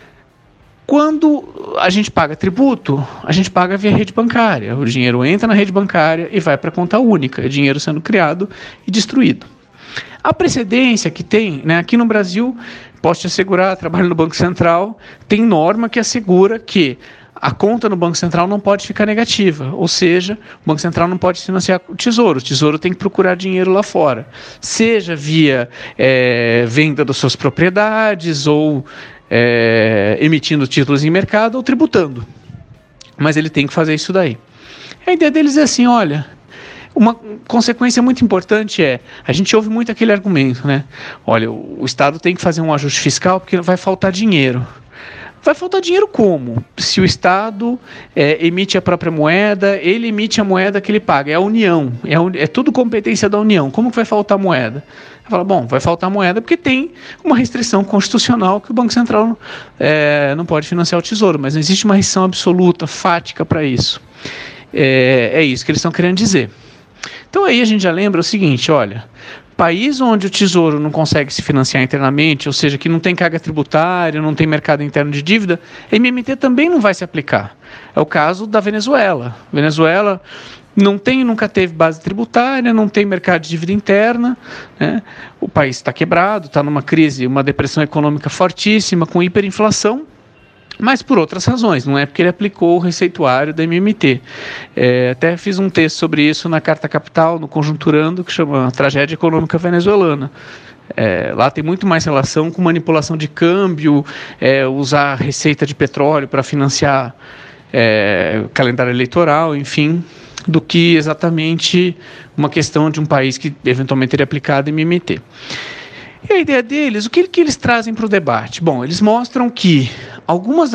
Quando a gente paga tributo, a gente paga via rede bancária. O dinheiro entra na rede bancária e vai para a conta única. É dinheiro sendo criado e destruído. A precedência que tem, né, aqui no Brasil, posso te assegurar, trabalho no Banco Central, tem norma que assegura que a conta no Banco Central não pode ficar negativa, ou seja, o Banco Central não pode financiar o Tesouro tem que procurar dinheiro lá fora, seja via venda das suas propriedades, ou emitindo títulos em mercado, ou tributando. Mas ele tem que fazer isso daí. A ideia deles é assim, olha, uma consequência muito importante a gente ouve muito aquele argumento, né? Olha, o Estado tem que fazer um ajuste fiscal porque vai faltar dinheiro. Vai faltar dinheiro como? Se o Estado emite a própria moeda, ele emite a moeda que ele paga. É a União, é tudo competência da União. Como que vai faltar moeda? Fala, bom, vai faltar moeda porque tem uma restrição constitucional que o Banco Central não pode financiar o Tesouro, mas não existe uma restrição absoluta, fática para isso. É isso que eles estão querendo dizer. Então aí a gente já lembra o seguinte, olha, país onde o Tesouro não consegue se financiar internamente, ou seja, que não tem carga tributária, não tem mercado interno de dívida, a MMT também não vai se aplicar. É o caso da Venezuela. Venezuela nunca teve base tributária, não tem mercado de dívida interna, né? O país está quebrado, está numa crise, uma depressão econômica fortíssima, com hiperinflação, mas por outras razões, não é porque ele aplicou o receituário da MMT. Até fiz um texto sobre isso na Carta Capital, no Conjunturando, que chama Tragédia Econômica Venezuelana. Lá tem muito mais relação com manipulação de câmbio, usar a receita de petróleo para financiar calendário eleitoral, enfim, do que exatamente uma questão de um país que eventualmente teria aplicado MMT. E a ideia deles, o que eles trazem para o debate? Bom, eles mostram que algumas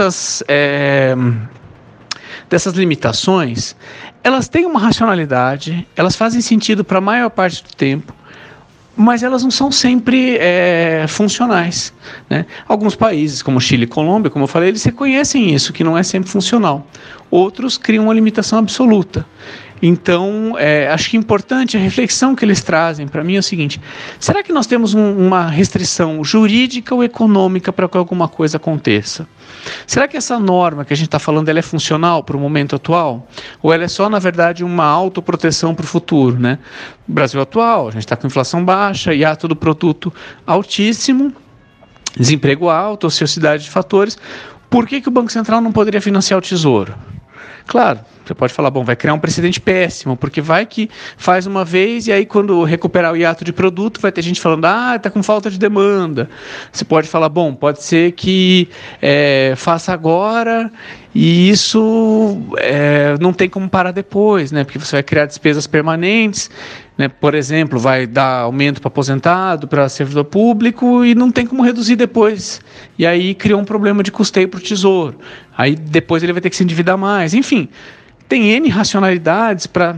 dessas limitações, elas têm uma racionalidade, elas fazem sentido para a maior parte do tempo, mas elas não são sempre funcionais, né? Alguns países, como Chile e Colômbia, como eu falei, eles reconhecem isso, que não é sempre funcional. Outros criam uma limitação absoluta. Então, acho que é importante a reflexão que eles trazem para mim é o seguinte: será que nós temos uma restrição jurídica ou econômica para que alguma coisa aconteça? Será que essa norma que a gente está falando ela é funcional para o momento atual? Ou ela é só, na verdade, uma autoproteção para o futuro, né? No Brasil atual, a gente está com inflação baixa, hiato do produto altíssimo, desemprego alto, ociosidade de fatores. Por que o Banco Central não poderia financiar o Tesouro? Claro, você pode falar, bom, vai criar um precedente péssimo, porque vai que faz uma vez e aí quando recuperar o hiato de produto vai ter gente falando, está com falta de demanda. Você pode falar, bom, pode ser que faça agora e isso não tem como parar depois, né? Porque você vai criar despesas permanentes, né? Por exemplo, vai dar aumento para aposentado, para servidor público e não tem como reduzir depois. E aí criou um problema de custeio para o Tesouro. Aí depois ele vai ter que se endividar mais. Enfim, tem N racionalidades para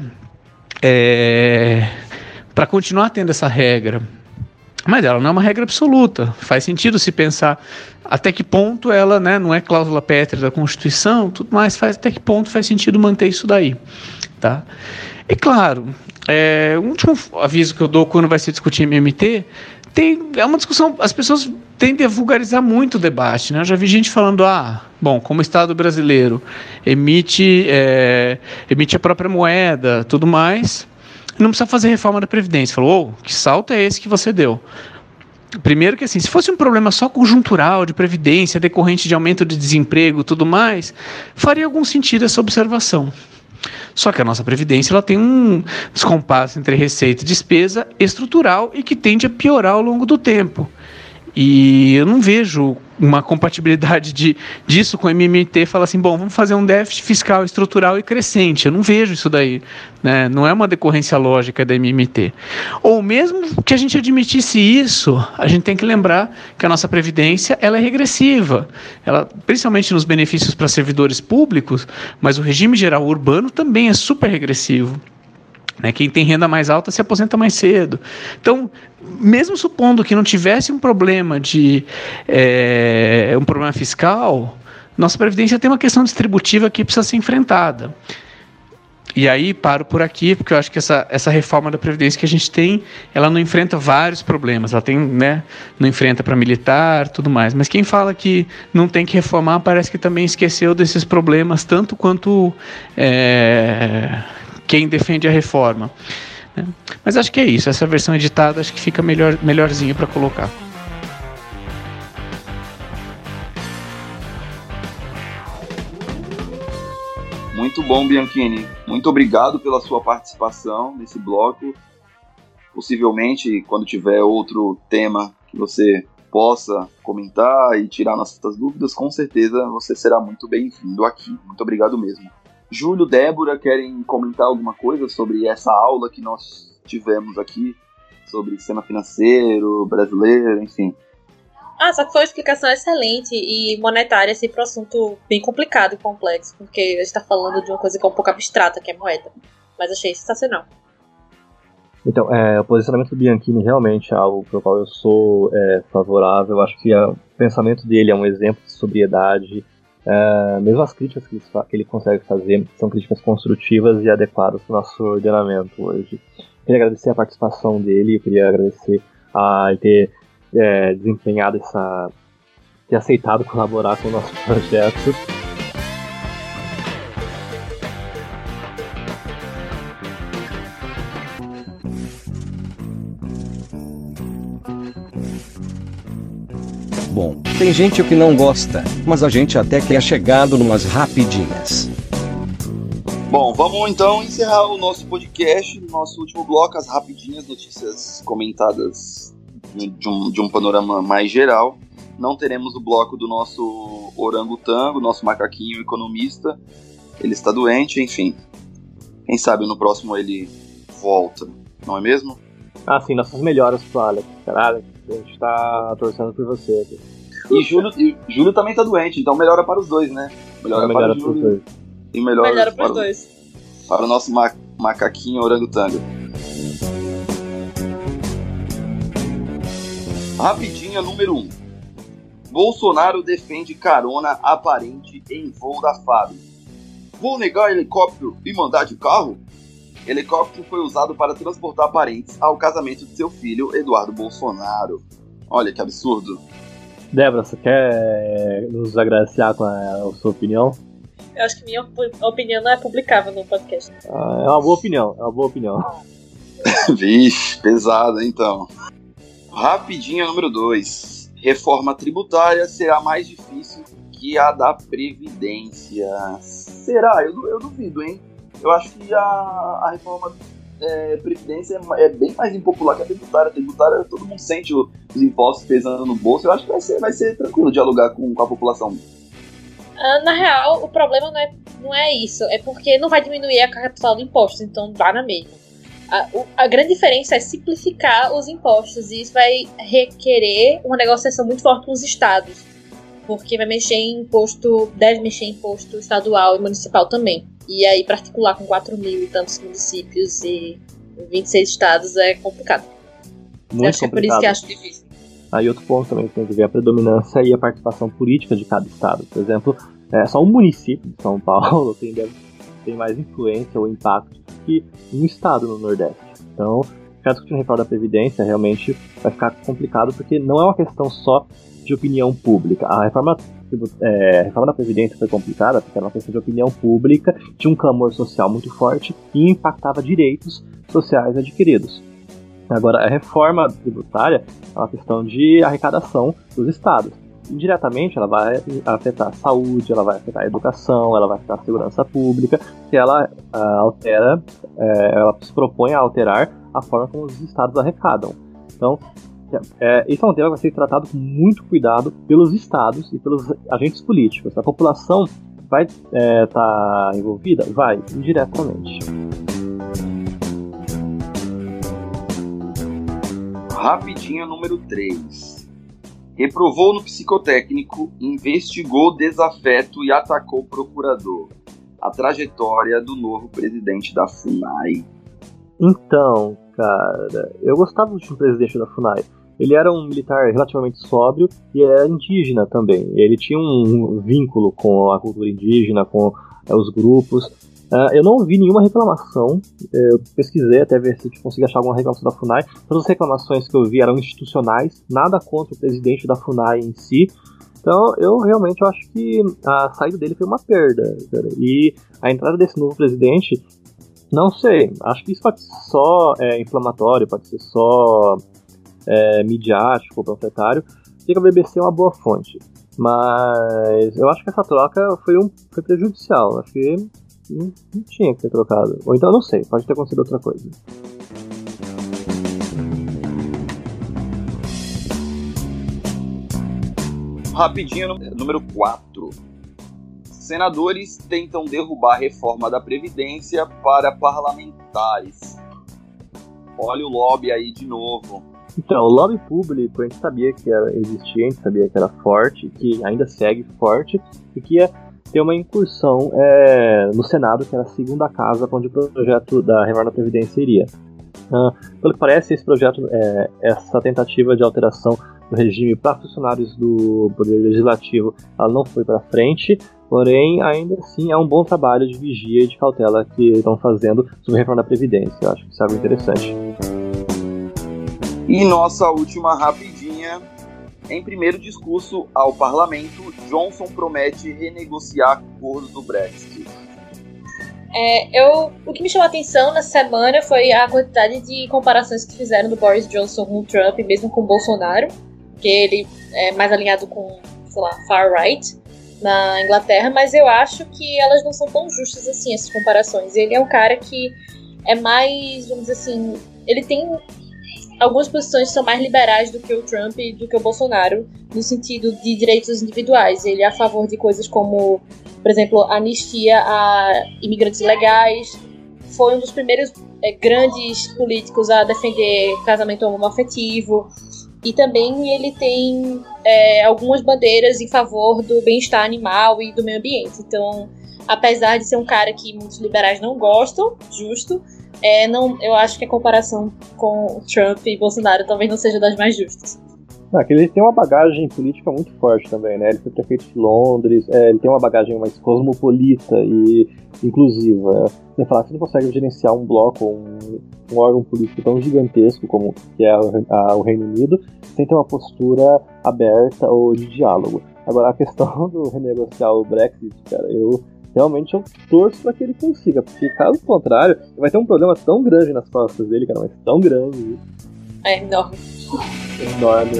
continuar tendo essa regra. Mas ela não é uma regra absoluta. Faz sentido se pensar até que ponto ela, né, não é cláusula pétrea da Constituição, tudo mais, até que ponto faz sentido manter isso daí. Tá? E claro, o último aviso que eu dou quando vai se discutir MMT, é uma discussão, as pessoas tendem a vulgarizar muito o debate, né? Eu já vi gente falando, bom, como o Estado brasileiro emite a própria moeda, tudo mais, não precisa fazer reforma da Previdência. Falou, que salto é esse que você deu? Primeiro que assim, se fosse um problema só conjuntural de Previdência, decorrente de aumento de desemprego, tudo mais, faria algum sentido essa observação. Só que a nossa Previdência ela tem um descompasso entre receita e despesa estrutural e que tende a piorar ao longo do tempo. E eu não vejo uma compatibilidade disso com o MMT, falar assim, bom, vamos fazer um déficit fiscal estrutural e crescente. Eu não vejo isso daí, né? Não é uma decorrência lógica da MMT. Ou mesmo que a gente admitisse isso, a gente tem que lembrar que a nossa Previdência ela é regressiva, principalmente nos benefícios para servidores públicos, mas o regime geral urbano também é super regressivo. Quem tem renda mais alta se aposenta mais cedo. Então, mesmo supondo que não tivesse um problema um problema fiscal, nossa Previdência tem uma questão distributiva que precisa ser enfrentada. E aí paro por aqui, porque eu acho que essa reforma da Previdência que a gente tem, ela não enfrenta vários problemas. Ela tem, não enfrenta para militar, tudo mais. Mas quem fala que não tem que reformar, parece que também esqueceu desses problemas, tanto quanto quem defende a reforma. Mas acho que é isso, essa versão editada acho que fica melhorzinho para colocar. Muito bom, Bianchini. Muito obrigado pela sua participação nesse bloco. Possivelmente, quando tiver outro tema que você possa comentar e tirar nossas dúvidas, com certeza você será muito bem-vindo aqui. Muito obrigado mesmo. Júlio, Débora, querem comentar alguma coisa sobre essa aula que nós tivemos aqui, sobre sistema financeiro brasileiro, enfim? Só que foi uma explicação excelente e monetária, assim, para um assunto bem complicado e complexo, porque a gente está falando de uma coisa que é um pouco abstrata, que é moeda. Mas achei sensacional. Então, o posicionamento do Bianchini realmente é algo pelo qual eu sou favorável. Eu acho que o pensamento dele é um exemplo de sobriedade. Mesmo as críticas que ele consegue fazer são críticas construtivas e adequadas para o nosso ordenamento hoje. Eu queria agradecer a participação dele, eu queria agradecer a ele ter desempenhado ter aceitado colaborar com o nosso projeto. Bom, tem gente que não gosta, mas a gente até que é chegado numas rapidinhas. Bom, vamos então encerrar o nosso podcast, nosso último bloco, as rapidinhas, notícias comentadas de um panorama mais geral. Não teremos o bloco do nosso orangotango, nosso macaquinho economista. Ele está doente, enfim. Quem sabe no próximo ele volta, não é mesmo? Ah, sim, nossas melhoras pro Alex. Caralho, a gente tá torcendo por você aqui. E Júlio também tá doente, então melhora para os dois, né? Melhora para o Júlio e melhora para os dois. Para o nosso macaquinho orangotango. Rapidinha número 1. Bolsonaro defende carona aparente em voo da FAB. Vou negar helicóptero e mandar de carro? Helicóptero foi usado para transportar parentes ao casamento de seu filho, Eduardo Bolsonaro. Olha que absurdo. Débora, você quer nos agraciar com a sua opinião? Eu acho que minha opinião não é publicável no podcast. É uma boa opinião, Vixe, pesada então. Rapidinha número 2. Reforma tributária será mais difícil que a da Previdência. Será? Eu duvido, hein? Eu acho que a reforma Previdência é bem mais impopular que a tributária. A tributária, todo mundo sente os impostos pesando no bolso. Eu acho que vai ser tranquilo dialogar com a população. Na real, o problema não é isso. É porque não vai diminuir a carga total de impostos, então dá na mesma. A grande diferença é simplificar os impostos, e isso vai requerer uma negociação muito forte com os estados, porque vai mexer em imposto, deve mexer em imposto estadual e municipal também. E aí, para articular com 4 mil e tantos municípios e 26 estados é complicado. Muito acho complicado. Que é por isso que acho difícil. Aí outro ponto também que tem que ver a predominância e a participação política de cada estado. Por exemplo, só um município de São Paulo tem mais influência ou impacto que um estado no Nordeste. Então, ficar discutindo a reforma da Previdência realmente vai ficar complicado, porque não é uma questão só de opinião pública. A reforma da Previdência foi complicada porque era uma questão de opinião pública, tinha um clamor social muito forte e impactava direitos sociais adquiridos. Agora, a reforma tributária é uma questão de arrecadação dos estados. Indiretamente, ela vai afetar a saúde, ela vai afetar a educação, ela vai afetar a segurança pública, que ela ela se propõe a alterar a forma como os estados arrecadam. Então, esse é um tema que vai ser tratado com muito cuidado pelos estados e pelos agentes políticos. A população vai estar envolvida? Vai, indiretamente. Rapidinha número 3. Reprovou no psicotécnico, investigou desafeto e atacou o procurador. A trajetória do novo presidente da FUNAI. Então, cara, eu gostava do último presidente da FUNAI. Ele era um militar relativamente sóbrio e era indígena também. Ele tinha um vínculo com a cultura indígena, com os grupos. Eu não vi nenhuma reclamação. Eu pesquisei até ver se eu consegui achar alguma reclamação da FUNAI. Todas as reclamações que eu vi eram institucionais, nada contra o presidente da FUNAI em si. Então, eu realmente acho que a saída dele foi uma perda, cara. E a entrada desse novo presidente, não sei, acho que isso pode ser só inflamatório, pode ser só midiático, panfletário. Sei que a BBC é uma boa fonte, mas eu acho que essa troca foi prejudicial. Acho que não tinha que ter trocado. Ou então, não sei, pode ter acontecido outra coisa. Rapidinho, número 4. Senadores tentam derrubar a reforma da Previdência para parlamentares. Olha o lobby aí de novo. Então, o lobby público, a gente sabia que existia, a gente sabia que era forte, que ainda segue forte, e que ia ter uma incursão no Senado, que era a segunda casa onde o projeto da reforma da Previdência iria. Pelo que parece, esse projeto, essa tentativa de alteração do regime para funcionários do Poder Legislativo, ela não foi para frente, porém, ainda assim, é um bom trabalho de vigia e de cautela que estão fazendo sobre a reforma da Previdência. Eu acho que isso é algo interessante. E nossa última rapidinha. Em primeiro discurso ao parlamento, Johnson promete renegociar o acordo do Brexit. O que me chamou a atenção nessa semana foi a quantidade de comparações que fizeram do Boris Johnson com o Trump, mesmo com o Bolsonaro, que ele é mais alinhado com, sei lá, far-right na Inglaterra, mas eu acho que elas não são tão justas assim, essas comparações. Ele é um cara que é mais, vamos dizer assim, ele tem algumas posições que são mais liberais do que o Trump e do que o Bolsonaro, no sentido de direitos individuais. Ele é a favor de coisas como, por exemplo, anistia a imigrantes ilegais. Foi um dos primeiros grandes políticos a defender casamento homoafetivo. E também ele tem algumas bandeiras em favor do bem-estar animal e do meio ambiente. Então, apesar de ser um cara que muitos liberais não gostam, justo, eu acho que a comparação com Trump e Bolsonaro talvez não seja das mais justas. Ele tem uma bagagem política muito forte também, né? Ele foi prefeito de Londres, ele tem uma bagagem mais cosmopolita e inclusiva. Sem falar que você não consegue gerenciar um bloco ou um órgão político tão gigantesco como que é o Reino Unido, sem ter uma postura aberta ou de diálogo. Agora, a questão do renegociar o Brexit, cara, eu torço para que ele consiga, porque caso contrário, vai ter um problema tão grande nas costas dele, cara, mas tão grande. É enorme. Enorme.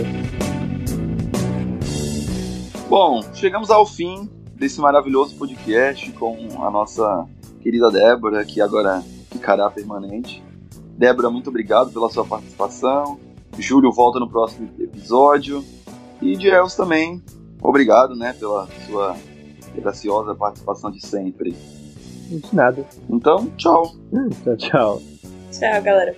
Bom, chegamos ao fim desse maravilhoso podcast com a nossa querida Débora, que agora ficará permanente. Débora, muito obrigado pela sua participação. Júlio volta no próximo episódio. E Giels também, obrigado, né, pela sua graciosa participação de sempre. De nada. Então, tchau. Tchau. Tchau, galera.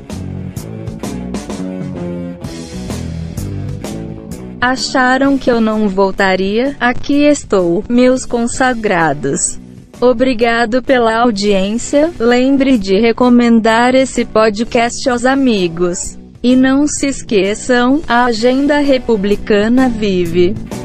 Acharam que eu não voltaria? Aqui estou, meus consagrados. Obrigado pela audiência. Lembre de recomendar esse podcast aos amigos. E não se esqueçam, a agenda republicana vive.